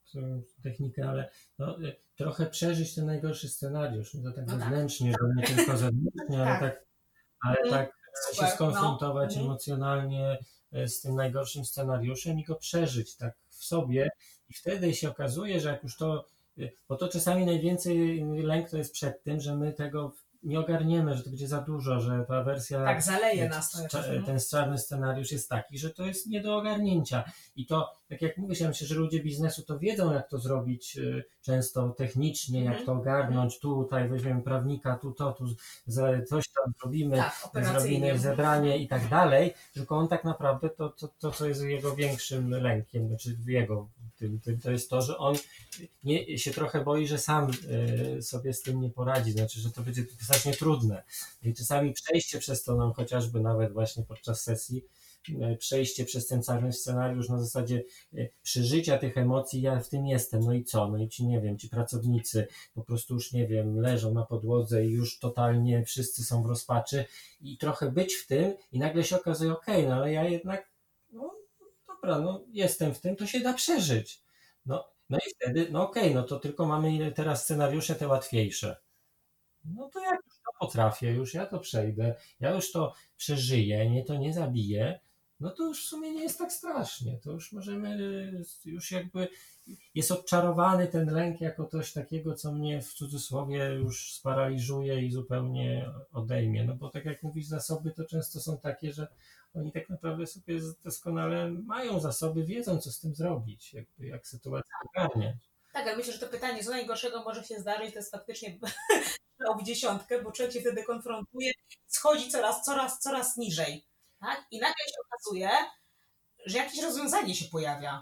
technikę, ale no, trochę przeżyć ten najgorszy scenariusz, no to tak wewnętrznie, że nie tylko zewnętrznie, ale tak się skonfrontować emocjonalnie z tym najgorszym scenariuszem i go przeżyć tak w sobie i wtedy się okazuje, że jak już to, bo to czasami najwięcej lęk to jest przed tym, że my tego nie ogarniemy, że to będzie za dużo, że ta wersja, tak zaleje nas to. Ten czarny scenariusz jest taki, że to jest nie do ogarnięcia i to, tak jak mówię, ja myślę, że ludzie biznesu to wiedzą, jak to zrobić często technicznie, jak to ogarnąć, tutaj weźmiemy prawnika, tu coś tam zrobimy, zrobimy zebranie i tak dalej, tylko on tak naprawdę to co jest jego większym lękiem, znaczy jego to jest to, że on się trochę boi, że sam sobie z tym nie poradzi, znaczy, że to będzie strasznie trudne. I czasami przejście przez to nam chociażby nawet właśnie podczas sesji, przejście przez ten cały scenariusz na zasadzie przeżycia tych emocji, ja w tym jestem, no i co? No i nie wiem, ci pracownicy po prostu już nie wiem, leżą na podłodze i już totalnie wszyscy są w rozpaczy i trochę być w tym i nagle się okazuje, no ale ja jednak, no dobra, no jestem w tym, to się da przeżyć. No i wtedy, no to tylko mamy teraz scenariusze te łatwiejsze. No to ja już to potrafię, już ja to przejdę, ja już to przeżyję, mnie to nie zabije, no to już w sumie nie jest tak strasznie, to już możemy, już jakby jest odczarowany ten lęk jako coś takiego, co mnie w cudzysłowie już sparaliżuje i zupełnie odejmie, no bo tak jak mówisz, zasoby to często są takie, że oni tak naprawdę sobie doskonale mają zasoby, wiedzą co z tym zrobić, jak sytuację ogarniać. Tak, ale myślę, że to pytanie, co najgorszego może się zdarzyć, to jest faktycznie w dziesiątkę, bo człowiek się wtedy konfrontuje, schodzi coraz niżej. Tak? I nagle się okazuje, że jakieś rozwiązanie się pojawia.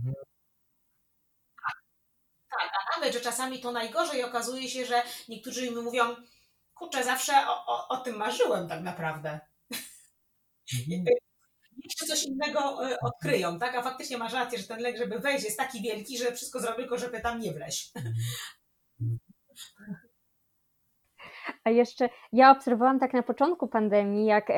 Tak, a nawet, że czasami to najgorzej okazuje się, że niektórzy mi mówią, kurczę, zawsze o tym marzyłem tak naprawdę. Jeszcze coś innego odkryją, tak? A faktycznie masz rację, że ten lek, żeby wejść, jest taki wielki, że wszystko zrobię, tylko żeby tam nie wleźć. A jeszcze ja obserwowałam tak na początku pandemii, jak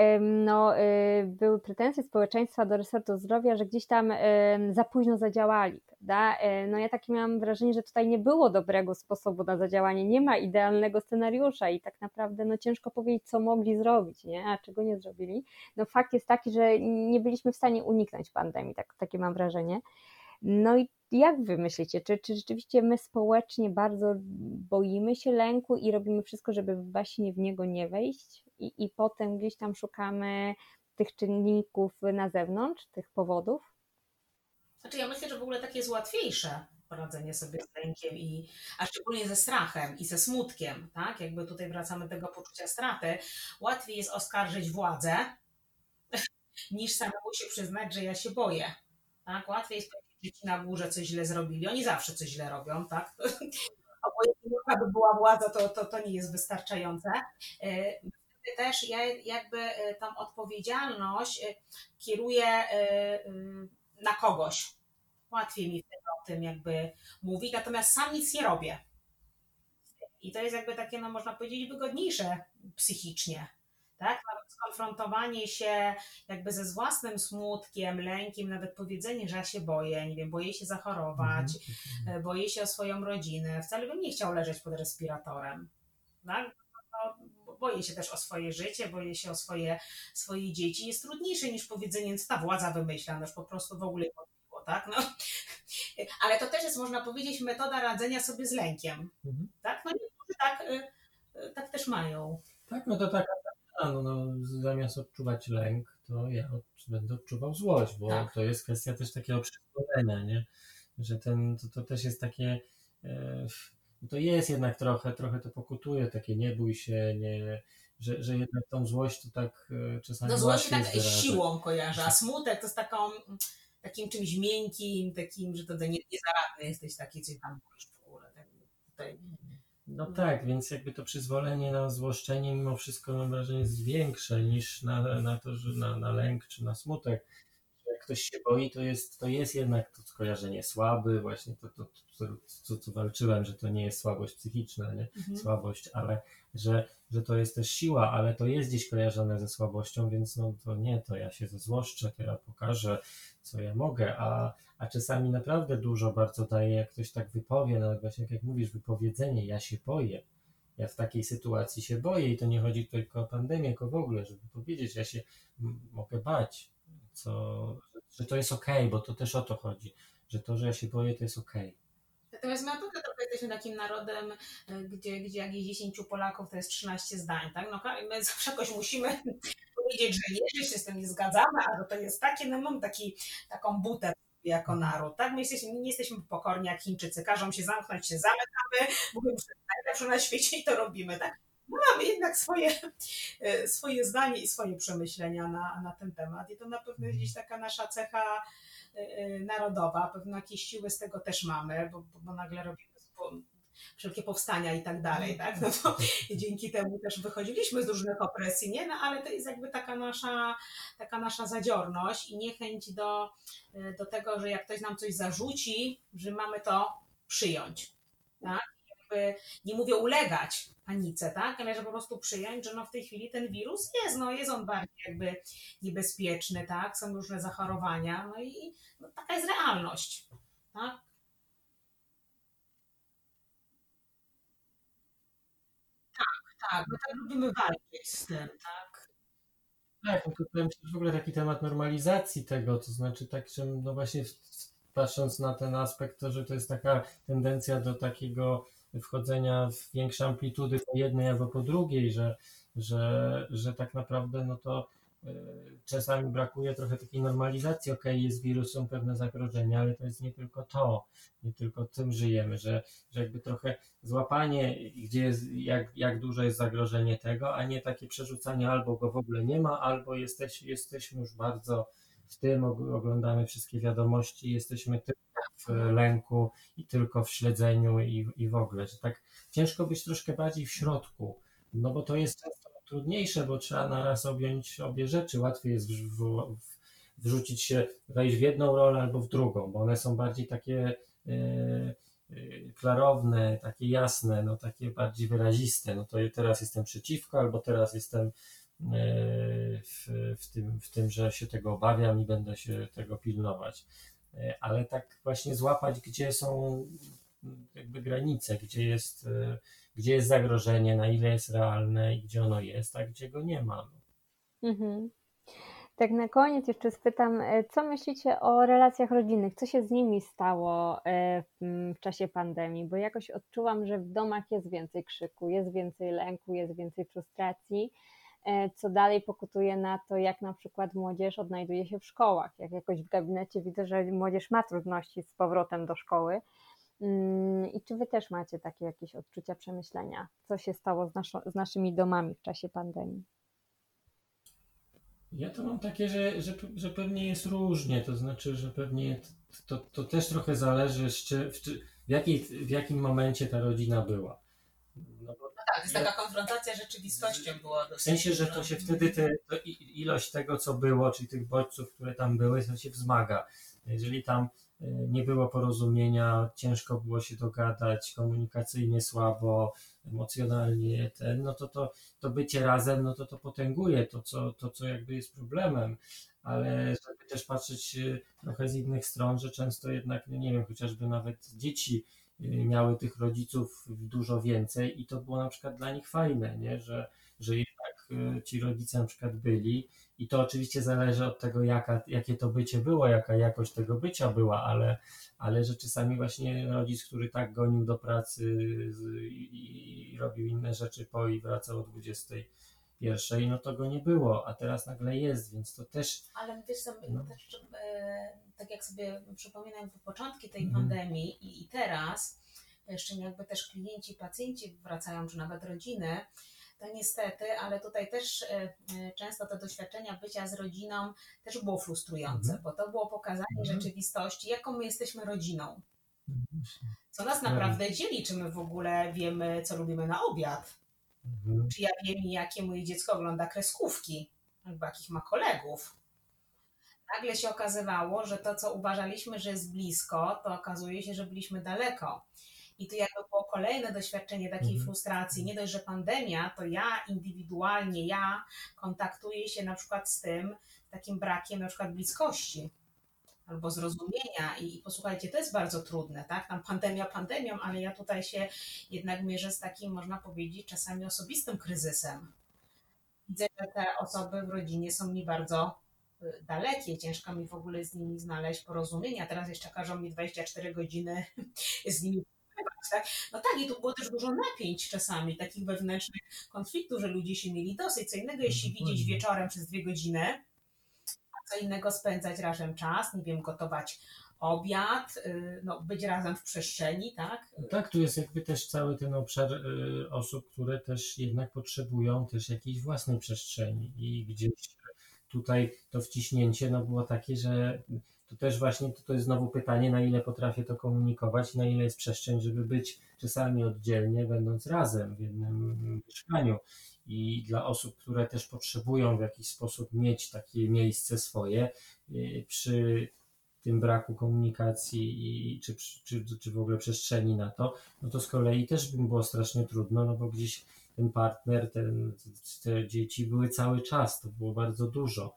były pretensje społeczeństwa do resortu zdrowia, że gdzieś tam za późno zadziałali, prawda? No ja takie miałam wrażenie, że tutaj nie było dobrego sposobu na zadziałanie, nie ma idealnego scenariusza i tak naprawdę ciężko powiedzieć, co mogli zrobić, nie? A czego nie zrobili. No fakt jest taki, że nie byliśmy w stanie uniknąć pandemii, takie mam wrażenie. No i jak wy myślicie, czy rzeczywiście my społecznie bardzo boimy się lęku i robimy wszystko, żeby właśnie w niego nie wejść i potem gdzieś tam szukamy tych czynników na zewnątrz, tych powodów? Znaczy ja myślę, że w ogóle takie jest łatwiejsze poradzenie sobie z lękiem, a szczególnie ze strachem i ze smutkiem, tak? Jakby tutaj wracamy do tego poczucia straty. Łatwiej jest oskarżyć władzę, niż samemu się przyznać, że ja się boję. Tak? Łatwiej jest powiedzieć, że ci na górze coś źle zrobili. Oni zawsze coś źle robią, tak? Obojętnie jaka by była władza, to nie jest wystarczające. Wtedy też ja jakby tą odpowiedzialność kieruję na kogoś. Łatwiej mi wtedy o tym jakby mówić, natomiast sam nic nie robię. I to jest jakby takie, można powiedzieć, wygodniejsze psychicznie. Tak? Nawet skonfrontowanie się jakby ze własnym smutkiem, lękiem, nawet powiedzenie, że ja się boję, nie wiem, boję się zachorować, boję się o swoją rodzinę, wcale bym nie chciał leżeć pod respiratorem. Tak? Boję się też o swoje życie, boję się o swoje dzieci. Jest trudniejsze niż powiedzenie, co ta władza wymyśla, już po prostu w ogóle podbiło, tak? Ale to też jest, można powiedzieć, metoda radzenia sobie z lękiem. Tak? Niektórzy tak też mają. Tak, to taka zamiast odczuwać lęk, to ja będę odczuwał złość, bo to jest kwestia też takiego przyzwolenia, nie? Że to też jest takie, to jest jednak trochę to pokutuje, takie nie bój się, że jednak tą złość to tak czasami złość tak siłą kojarzy, a smutek to jest takim czymś miękkim, takim, że to niezaradny jesteś, taki coś tam w górę. Tutaj. No tak, więc jakby to przyzwolenie na złoszczenie mimo wszystko mam wrażenie jest większe niż na to, że na lęk czy na smutek. Jak ktoś się boi, to jest jednak to skojarzenie słaby, właśnie co walczyłem, że to nie jest słabość psychiczna, nie? Słabość, ale że to jest też siła, ale to jest gdzieś kojarzone ze słabością, więc no to nie, to ja się zezłoszczę, to ja pokażę, co ja mogę, a czasami naprawdę dużo bardzo daje, jak ktoś tak wypowie, nawet właśnie jak mówisz, wypowiedzenie, ja się boję. Ja w takiej sytuacji się boję i to nie chodzi tylko o pandemię, tylko w ogóle, żeby powiedzieć, ja się mogę bać, że to jest okej, bo to też o to chodzi, że to, że ja się boję, to jest okej. Natomiast my naprawdę trochę jesteśmy takim narodem, gdzie jak jest 10 Polaków, to jest 13 zdań, tak? No, my zawsze jakoś musimy powiedzieć, że nie, że się z tym nie zgadzamy, a że to jest takie, no mam taką butę jako naród, tak? My nie jesteśmy pokorni jak Chińczycy, każą się zamknąć, się zamykamy, mówimy, że to najlepsze na świecie i to robimy, tak? My mamy jednak swoje zdanie i swoje przemyślenia na ten temat i to na pewno jest gdzieś taka nasza cecha narodowa, pewno jakieś siły z tego też mamy, bo nagle robimy wszelkie powstania i tak dalej, tak? No to dzięki temu też wychodziliśmy z różnych opresji, nie? No ale to jest jakby taka nasza zadziorność i niechęć do tego, że jak ktoś nam coś zarzuci, że mamy to przyjąć, tak? Jakby nie mówię ulegać panice, tak? Ale że po prostu przyjąć, że no w tej chwili ten wirus jest on bardziej jakby niebezpieczny, tak? Są różne zachorowania, no i no, taka jest realność, tak? Tak, my tak lubimy walczyć z tym, tak? Tak, no to powiem ci, że w ogóle taki temat normalizacji tego, to znaczy tak, że no właśnie patrząc na ten aspekt, to że to jest taka tendencja do takiego wchodzenia w większe amplitudy po jednej albo po drugiej, że tak naprawdę no to czasami brakuje trochę takiej normalizacji. Okej, jest wirus, są pewne zagrożenia, ale to jest nie tylko to, nie tylko tym żyjemy, że jakby trochę złapanie, gdzie jest, jak duże jest zagrożenie tego, a nie takie przerzucanie albo go w ogóle nie ma, albo jesteśmy już bardzo w tym, oglądamy wszystkie wiadomości, jesteśmy tylko w lęku i tylko w śledzeniu i w ogóle, że tak ciężko być troszkę bardziej w środku, no bo to jest często trudniejsze, bo trzeba naraz objąć obie rzeczy. Łatwiej jest wrzucić się, wejść w jedną rolę albo w drugą, bo one są bardziej takie klarowne, takie jasne, no takie bardziej wyraziste. No to teraz jestem przeciwko, albo teraz jestem w tym, że się tego obawiam i będę się tego pilnować. Ale tak właśnie złapać, gdzie są jakby granice, gdzie jest zagrożenie, na ile jest realne i gdzie ono jest, a gdzie go nie ma. Mhm. Tak na koniec jeszcze spytam, co myślicie o relacjach rodzinnych? Co się z nimi stało w czasie pandemii? Bo jakoś odczuwam, że w domach jest więcej krzyku, jest więcej lęku, jest więcej frustracji, co dalej pokutuje na to, jak na przykład młodzież odnajduje się w szkołach. Jak jakoś w gabinecie widzę, że młodzież ma trudności z powrotem do szkoły. I czy wy też macie takie jakieś odczucia, przemyślenia? Co się stało z naszymi domami w czasie pandemii? Ja to mam takie, że pewnie jest różnie, to znaczy, że pewnie to też trochę zależy, w jakim momencie ta rodzina była. No bo Tak, to jest taka konfrontacja z rzeczywistością była w sensie, że to się wtedy ilość tego, co było, czyli tych bodźców, które tam były, to się wzmaga. Jeżeli tam nie było porozumienia, ciężko było się dogadać, komunikacyjnie słabo, emocjonalnie no to bycie razem, no to potęguje co jakby jest problemem, ale żeby też patrzeć trochę z innych stron, że często jednak, no nie wiem, chociażby nawet dzieci miały tych rodziców dużo więcej i to było na przykład dla nich fajne, nie? Że jednak ci rodzice na przykład byli i to oczywiście zależy od tego, jakie to bycie było, jaka jakość tego bycia była, ale że czasami właśnie rodzic, który tak gonił do pracy i robił inne rzeczy i wracał o 21, no to go nie było, a teraz nagle jest, więc to też... Ale wiesz co, też, tak jak sobie przypominam początki tej pandemii i teraz, jeszcze jakby też klienci, pacjenci wracają, czy nawet rodziny, to niestety, ale tutaj też często to doświadczenia bycia z rodziną też było frustrujące, bo to było pokazanie rzeczywistości, jaką my jesteśmy rodziną. Co nas naprawdę dzieli, czy my w ogóle wiemy, co lubimy na obiad, czy ja wiem, jakie moje dziecko ogląda kreskówki, albo jakich ma kolegów. nagle się okazywało, że to, co uważaliśmy, że jest blisko, to okazuje się, że byliśmy daleko. I to jakby było kolejne doświadczenie takiej frustracji. Nie dość, że pandemia, to ja indywidualnie, kontaktuję się na przykład z tym takim brakiem na przykład bliskości albo zrozumienia i posłuchajcie, to jest bardzo trudne, tak? Tam pandemia pandemią, ale ja tutaj się jednak mierzę z takim, można powiedzieć, czasami osobistym kryzysem. Widzę, że te osoby w rodzinie są mi bardzo dalekie, ciężko mi w ogóle z nimi znaleźć porozumienia. Teraz jeszcze każą mi 24 godziny z nimi pływać, tak? No tak, i tu było też dużo napięć czasami, takich wewnętrznych konfliktów, że ludzie się mieli dosyć. Co innego jest się widzieć wieczorem przez 2 godziny, a co innego spędzać razem czas, nie wiem, gotować obiad, no, być razem w przestrzeni, tak? Tak, tu jest jakby też cały ten obszar osób, które też jednak potrzebują też jakiejś własnej przestrzeni i gdzieś tutaj to wciśnięcie no było takie, że to też właśnie to jest znowu pytanie, na ile potrafię to komunikować, na ile jest przestrzeń, żeby być czasami oddzielnie, będąc razem w jednym mieszkaniu. I dla osób, które też potrzebują w jakiś sposób mieć takie miejsce swoje przy tym braku komunikacji i czy w ogóle przestrzeni na to, no to z kolei też by było strasznie trudno, no bo gdzieś ten partner, te dzieci były cały czas, to było bardzo dużo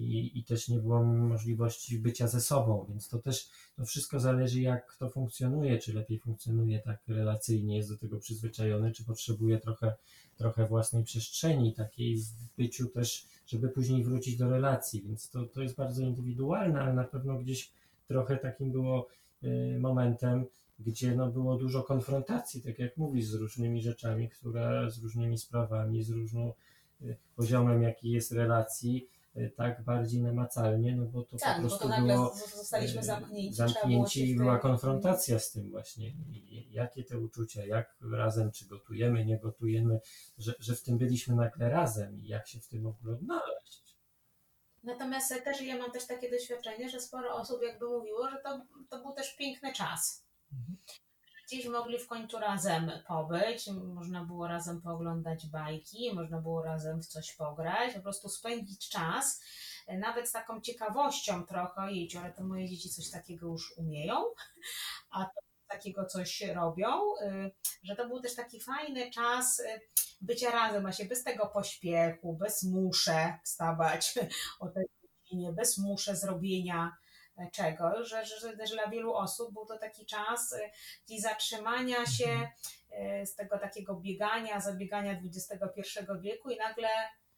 i też nie było możliwości bycia ze sobą, więc to też to wszystko zależy, jak to funkcjonuje, czy lepiej funkcjonuje tak relacyjnie, jest do tego przyzwyczajony, czy potrzebuje trochę własnej przestrzeni takiej w byciu też, żeby później wrócić do relacji, więc to jest bardzo indywidualne, ale na pewno gdzieś trochę takim było momentem, gdzie no było dużo konfrontacji, tak jak mówisz, z różnymi rzeczami, z różnymi sprawami, z różnym poziomem, jaki jest relacji, tak bardziej namacalnie, no bo to tak, po prostu bo to nagle było zostaliśmy zamknięci i była konfrontacja z tym właśnie. Jakie te uczucia, jak razem, czy gotujemy, nie gotujemy, że w tym byliśmy nagle razem i jak się w tym w ogóle odnaleźć. Natomiast też ja mam też takie doświadczenie, że sporo osób jakby mówiło, że to był też piękny czas. Gdzieś mogli w końcu razem pobyć, można było razem pooglądać bajki, można było razem w coś pograć, po prostu spędzić czas, nawet z taką ciekawością trochę, jejciu, ale to moje dzieci coś takiego już umieją, a to takiego coś robią, że to był też taki fajny czas bycia razem, właśnie bez tego pośpiechu, bez muszę wstawać o tej godzinie, bez muszę zrobienia czego, że dla wielu osób był to taki czas gdzieś zatrzymania się z tego takiego zabiegania XXI wieku i nagle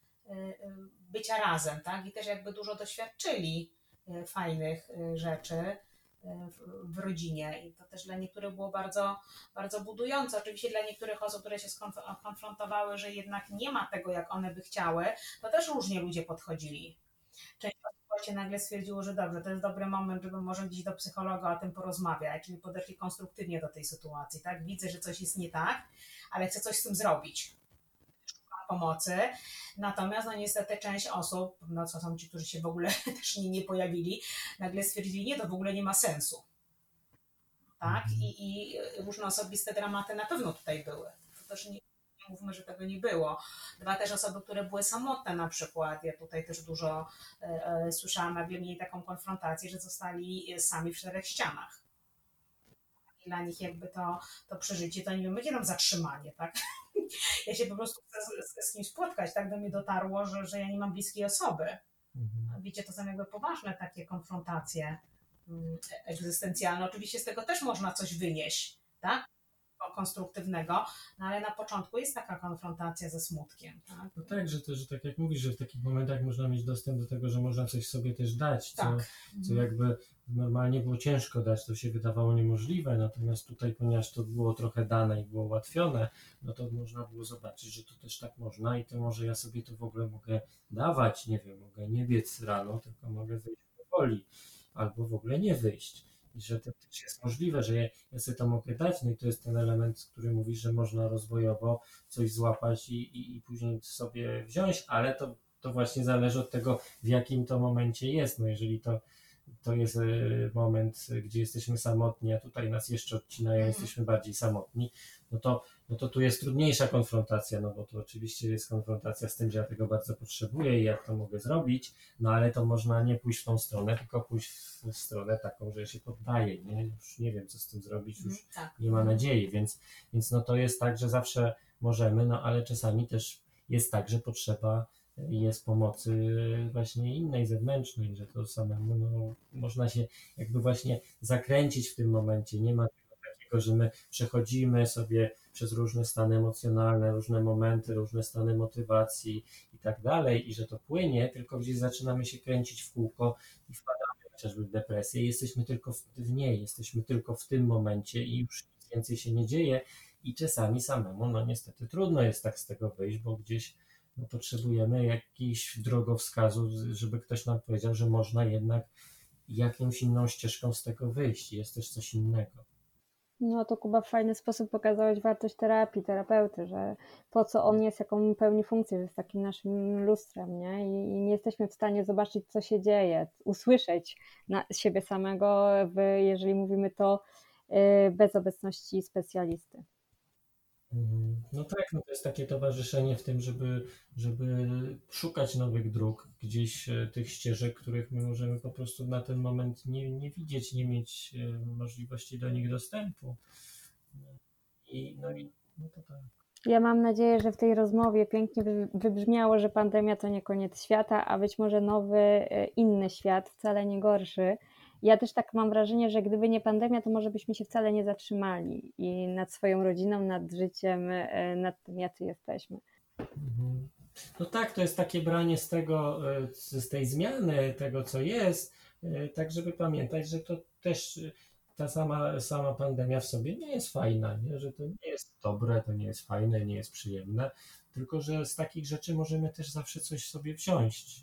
bycia razem, tak? I też jakby dużo doświadczyli fajnych rzeczy w rodzinie i to też dla niektórych było bardzo, bardzo budujące. Oczywiście dla niektórych osób, które się skonfrontowały, że jednak nie ma tego, jak one by chciały, to też różnie ludzie podchodzili. Część osób właśnie nagle stwierdziło, że dobrze, to jest dobry moment, żeby może gdzieś do psychologa o tym porozmawiać, czyli podeszli konstruktywnie do tej sytuacji, tak? Widzę, że coś jest nie tak, ale chcę coś z tym zrobić. Szukam pomocy. Natomiast no niestety część osób, no co są ci, którzy się w ogóle też nie pojawili, nagle stwierdzili, nie, to w ogóle nie ma sensu. Tak? I różne osobiste dramaty na pewno tutaj były. To też nie mówmy, że tego nie było. Dwa też osoby, które były samotne na przykład. Ja tutaj też dużo słyszałam, nagle mieli taką konfrontację, że zostali sami w 4 ścianach. I dla nich jakby to przeżycie, to nie będzie nam zatrzymanie, tak? Ja się po prostu chcę z kimś spotkać, tak do mnie dotarło, że ja nie mam bliskiej osoby. Wiecie, to są jakby poważne takie konfrontacje egzystencjalne. Oczywiście z tego też można coś wynieść, tak? Konstruktywnego, no ale na początku jest taka konfrontacja ze smutkiem. Tak? No tak, że tak jak mówisz, że w takich momentach można mieć dostęp do tego, że można coś sobie też dać, co jakby normalnie było ciężko dać, to się wydawało niemożliwe, natomiast tutaj, ponieważ to było trochę dane i było ułatwione, no to można było zobaczyć, że to też tak można i to może ja sobie to w ogóle mogę dawać, nie wiem, mogę nie biec rano, tylko mogę wyjść powoli, albo w ogóle nie wyjść. I że to też jest możliwe, że ja sobie to mogę dać, no i to jest ten element, który mówi, że można rozwojowo coś złapać i później sobie wziąć, ale to właśnie zależy od tego, w jakim to momencie jest. No jeżeli to to jest moment, gdzie jesteśmy samotni, a tutaj nas jeszcze odcinają, jesteśmy bardziej samotni, no to tu jest trudniejsza konfrontacja, no bo tu oczywiście jest konfrontacja z tym, że ja tego bardzo potrzebuję i jak to mogę zrobić, no ale to można nie pójść w tą stronę, tylko pójść w stronę taką, że ja się poddaję, nie? Już nie wiem, co z tym zrobić, już nie ma nadziei, więc no to jest tak, że zawsze możemy, no ale czasami też jest tak, że potrzeba jest pomocy właśnie innej, zewnętrznej, że to samemu no, można się jakby właśnie zakręcić w tym momencie. Nie ma tego takiego, że my przechodzimy sobie przez różne stany emocjonalne, różne momenty, różne stany motywacji i tak dalej i że to płynie, tylko gdzieś zaczynamy się kręcić w kółko i wpadamy chociażby w depresję i jesteśmy tylko w niej, jesteśmy tylko w tym momencie i już nic więcej się nie dzieje i czasami samemu, no niestety trudno jest tak z tego wyjść, bo gdzieś no, potrzebujemy jakiś drogowskazu, żeby ktoś nam powiedział, że można jednak jakąś inną ścieżką z tego wyjść. Jest też coś innego. No to Kuba, w fajny sposób pokazałeś wartość terapii, terapeuty, że po co on jest, jaką pełni funkcję, że jest takim naszym lustrem, nie? I nie jesteśmy w stanie zobaczyć, co się dzieje, usłyszeć siebie samego, jeżeli mówimy to bez obecności specjalisty. No tak, no to jest takie towarzyszenie w tym, żeby szukać nowych dróg, gdzieś tych ścieżek, których my możemy po prostu na ten moment nie widzieć, nie mieć możliwości do nich dostępu. No to tak. Ja mam nadzieję, że w tej rozmowie pięknie wybrzmiało, że pandemia to nie koniec świata, a być może nowy, inny świat, wcale nie gorszy. Ja też tak mam wrażenie, że gdyby nie pandemia, to może byśmy się wcale nie zatrzymali i nad swoją rodziną, nad życiem, nad tym, jacy jesteśmy. No tak, to jest takie branie z tej zmiany, tego co jest, tak żeby pamiętać, że to też ta sama pandemia w sobie nie jest fajna, nie? Że to nie jest dobre, to nie jest fajne, nie jest przyjemne, tylko że z takich rzeczy możemy też zawsze coś sobie wziąć.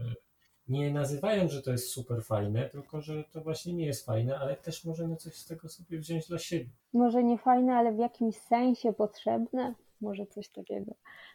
Nie nazywając, że to jest super fajne, tylko że to właśnie nie jest fajne, ale też możemy coś z tego sobie wziąć dla siebie. Może nie fajne, ale w jakimś sensie potrzebne? Może coś takiego.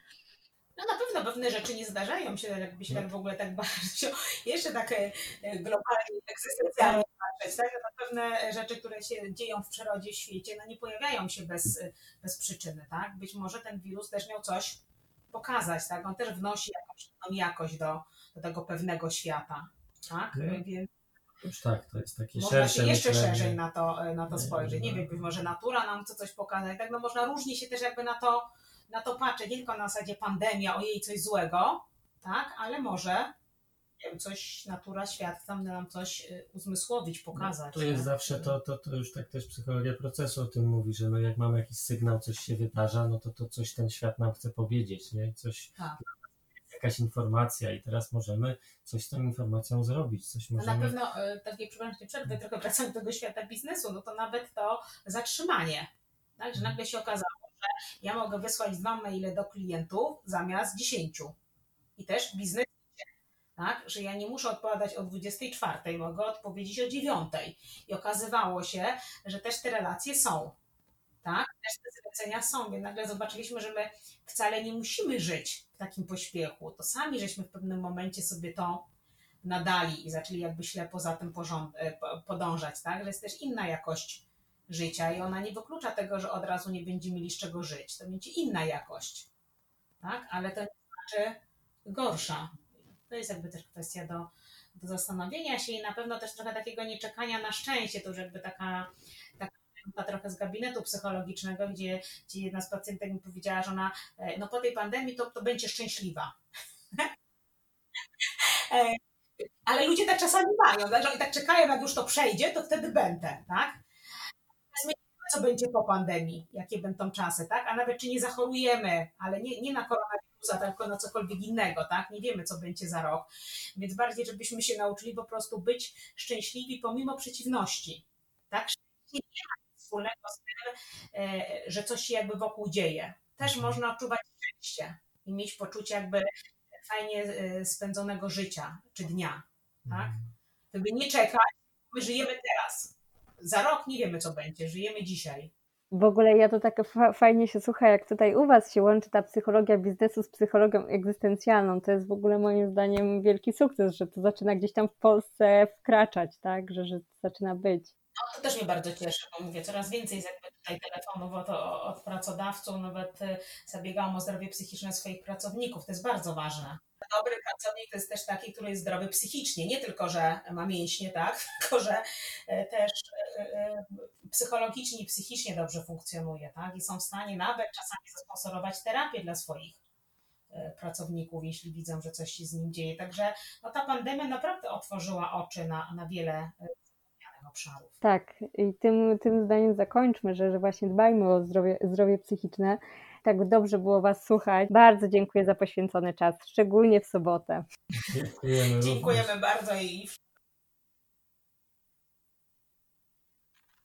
No na pewno pewne rzeczy nie zdarzają się, jakby się tak w ogóle tak bardzo jeszcze tak globalnie, egzystencjalnie patrzeć, tak? No pewne rzeczy, które się dzieją w przyrodzie, w świecie, no nie pojawiają się bez przyczyny, tak? Być może ten wirus też miał coś pokazać, tak? On też wnosi jakąś jakość do tego pewnego świata, tak? Więc już tak, to jest takie można szersze się jeszcze myślenie. szerzej na to spojrzeć. Nie wiem, być może natura nam chce coś pokazać, tak? No można różnie się też jakby na to patrzeć, nie tylko na zasadzie pandemia, ojej, coś złego, tak? Ale może nie wiem, coś natura, świat chce nam coś uzmysłowić, pokazać. To jest zawsze to już tak też psychologia procesu o tym mówi, że no jak mamy jakiś sygnał, coś się wydarza, no to coś ten świat nam chce powiedzieć, nie? Coś, tak. Jakaś informacja i teraz możemy coś z tą informacją zrobić. Coś możemy... Na pewno, takie przepraszam, przerwę, trochę wracając do tego świata biznesu, no to nawet to zatrzymanie, tak? Że nagle się okazało, że ja mogę wysłać 2 maile do klientów zamiast 10. I też w biznesie, tak? Że ja nie muszę odpowiadać o 24, mogę odpowiedzieć o 9. I okazywało się, że też te relacje są. Tak? Też te zlecenia są, więc nagle zobaczyliśmy, że my wcale nie musimy żyć w takim pośpiechu. To sami żeśmy w pewnym momencie sobie to nadali i zaczęli jakby ślepo za tym podążać, tak? Że jest też inna jakość życia i ona nie wyklucza tego, że od razu nie będziemy mieli z czego żyć. To będzie inna jakość, tak? Ale to nie znaczy gorsza. To jest jakby też kwestia do zastanowienia się i na pewno też trochę takiego nieczekania na szczęście. To już jakby taka trochę z gabinetu psychologicznego, gdzie jedna z pacjentek mi powiedziała, że ona no po tej pandemii to będzie szczęśliwa. Ale ludzie tak czasami mają, tak? Że oni tak czekają, jak już to przejdzie, to wtedy będę, tak? Co będzie po pandemii, jakie będą czasy, tak? A nawet czy nie zachorujemy, ale nie na koronawirusa, tylko na cokolwiek innego, tak? Nie wiemy, co będzie za rok. Więc bardziej, żebyśmy się nauczyli po prostu być szczęśliwi pomimo przeciwności, tak? Szczęście nie ma wspólnego z tym, że coś się jakby wokół dzieje. Też można odczuwać szczęście i mieć poczucie jakby fajnie spędzonego życia czy dnia, tak? Żeby nie czekać, my żyjemy teraz. Za rok nie wiemy, co będzie, żyjemy dzisiaj. W ogóle ja to tak fajnie się słucha, jak tutaj u Was się łączy ta psychologia biznesu z psychologią egzystencjalną. To jest w ogóle moim zdaniem wielki sukces, że to zaczyna gdzieś tam w Polsce wkraczać, tak? Że to zaczyna być. No, to też mnie bardzo cieszy, bo mówię, coraz więcej jest jakby tutaj telefonów od pracodawców, nawet zabiegałam o zdrowie psychiczne swoich pracowników, to jest bardzo ważne. Dobry pracownik to jest też taki, który jest zdrowy psychicznie, nie tylko, że ma mięśnie, tak, tylko, że też psychologicznie i psychicznie dobrze funkcjonuje, tak, i są w stanie nawet czasami zasponsorować terapię dla swoich pracowników, jeśli widzą, że coś się z nim dzieje. Także no, ta pandemia naprawdę otworzyła oczy na wiele obszarów. Tak, i tym zdaniem zakończmy, że właśnie dbajmy o zdrowie psychiczne. Tak dobrze było Was słuchać. Bardzo dziękuję za poświęcony czas, szczególnie w sobotę. Dziękujemy Dziękujemy bardzo i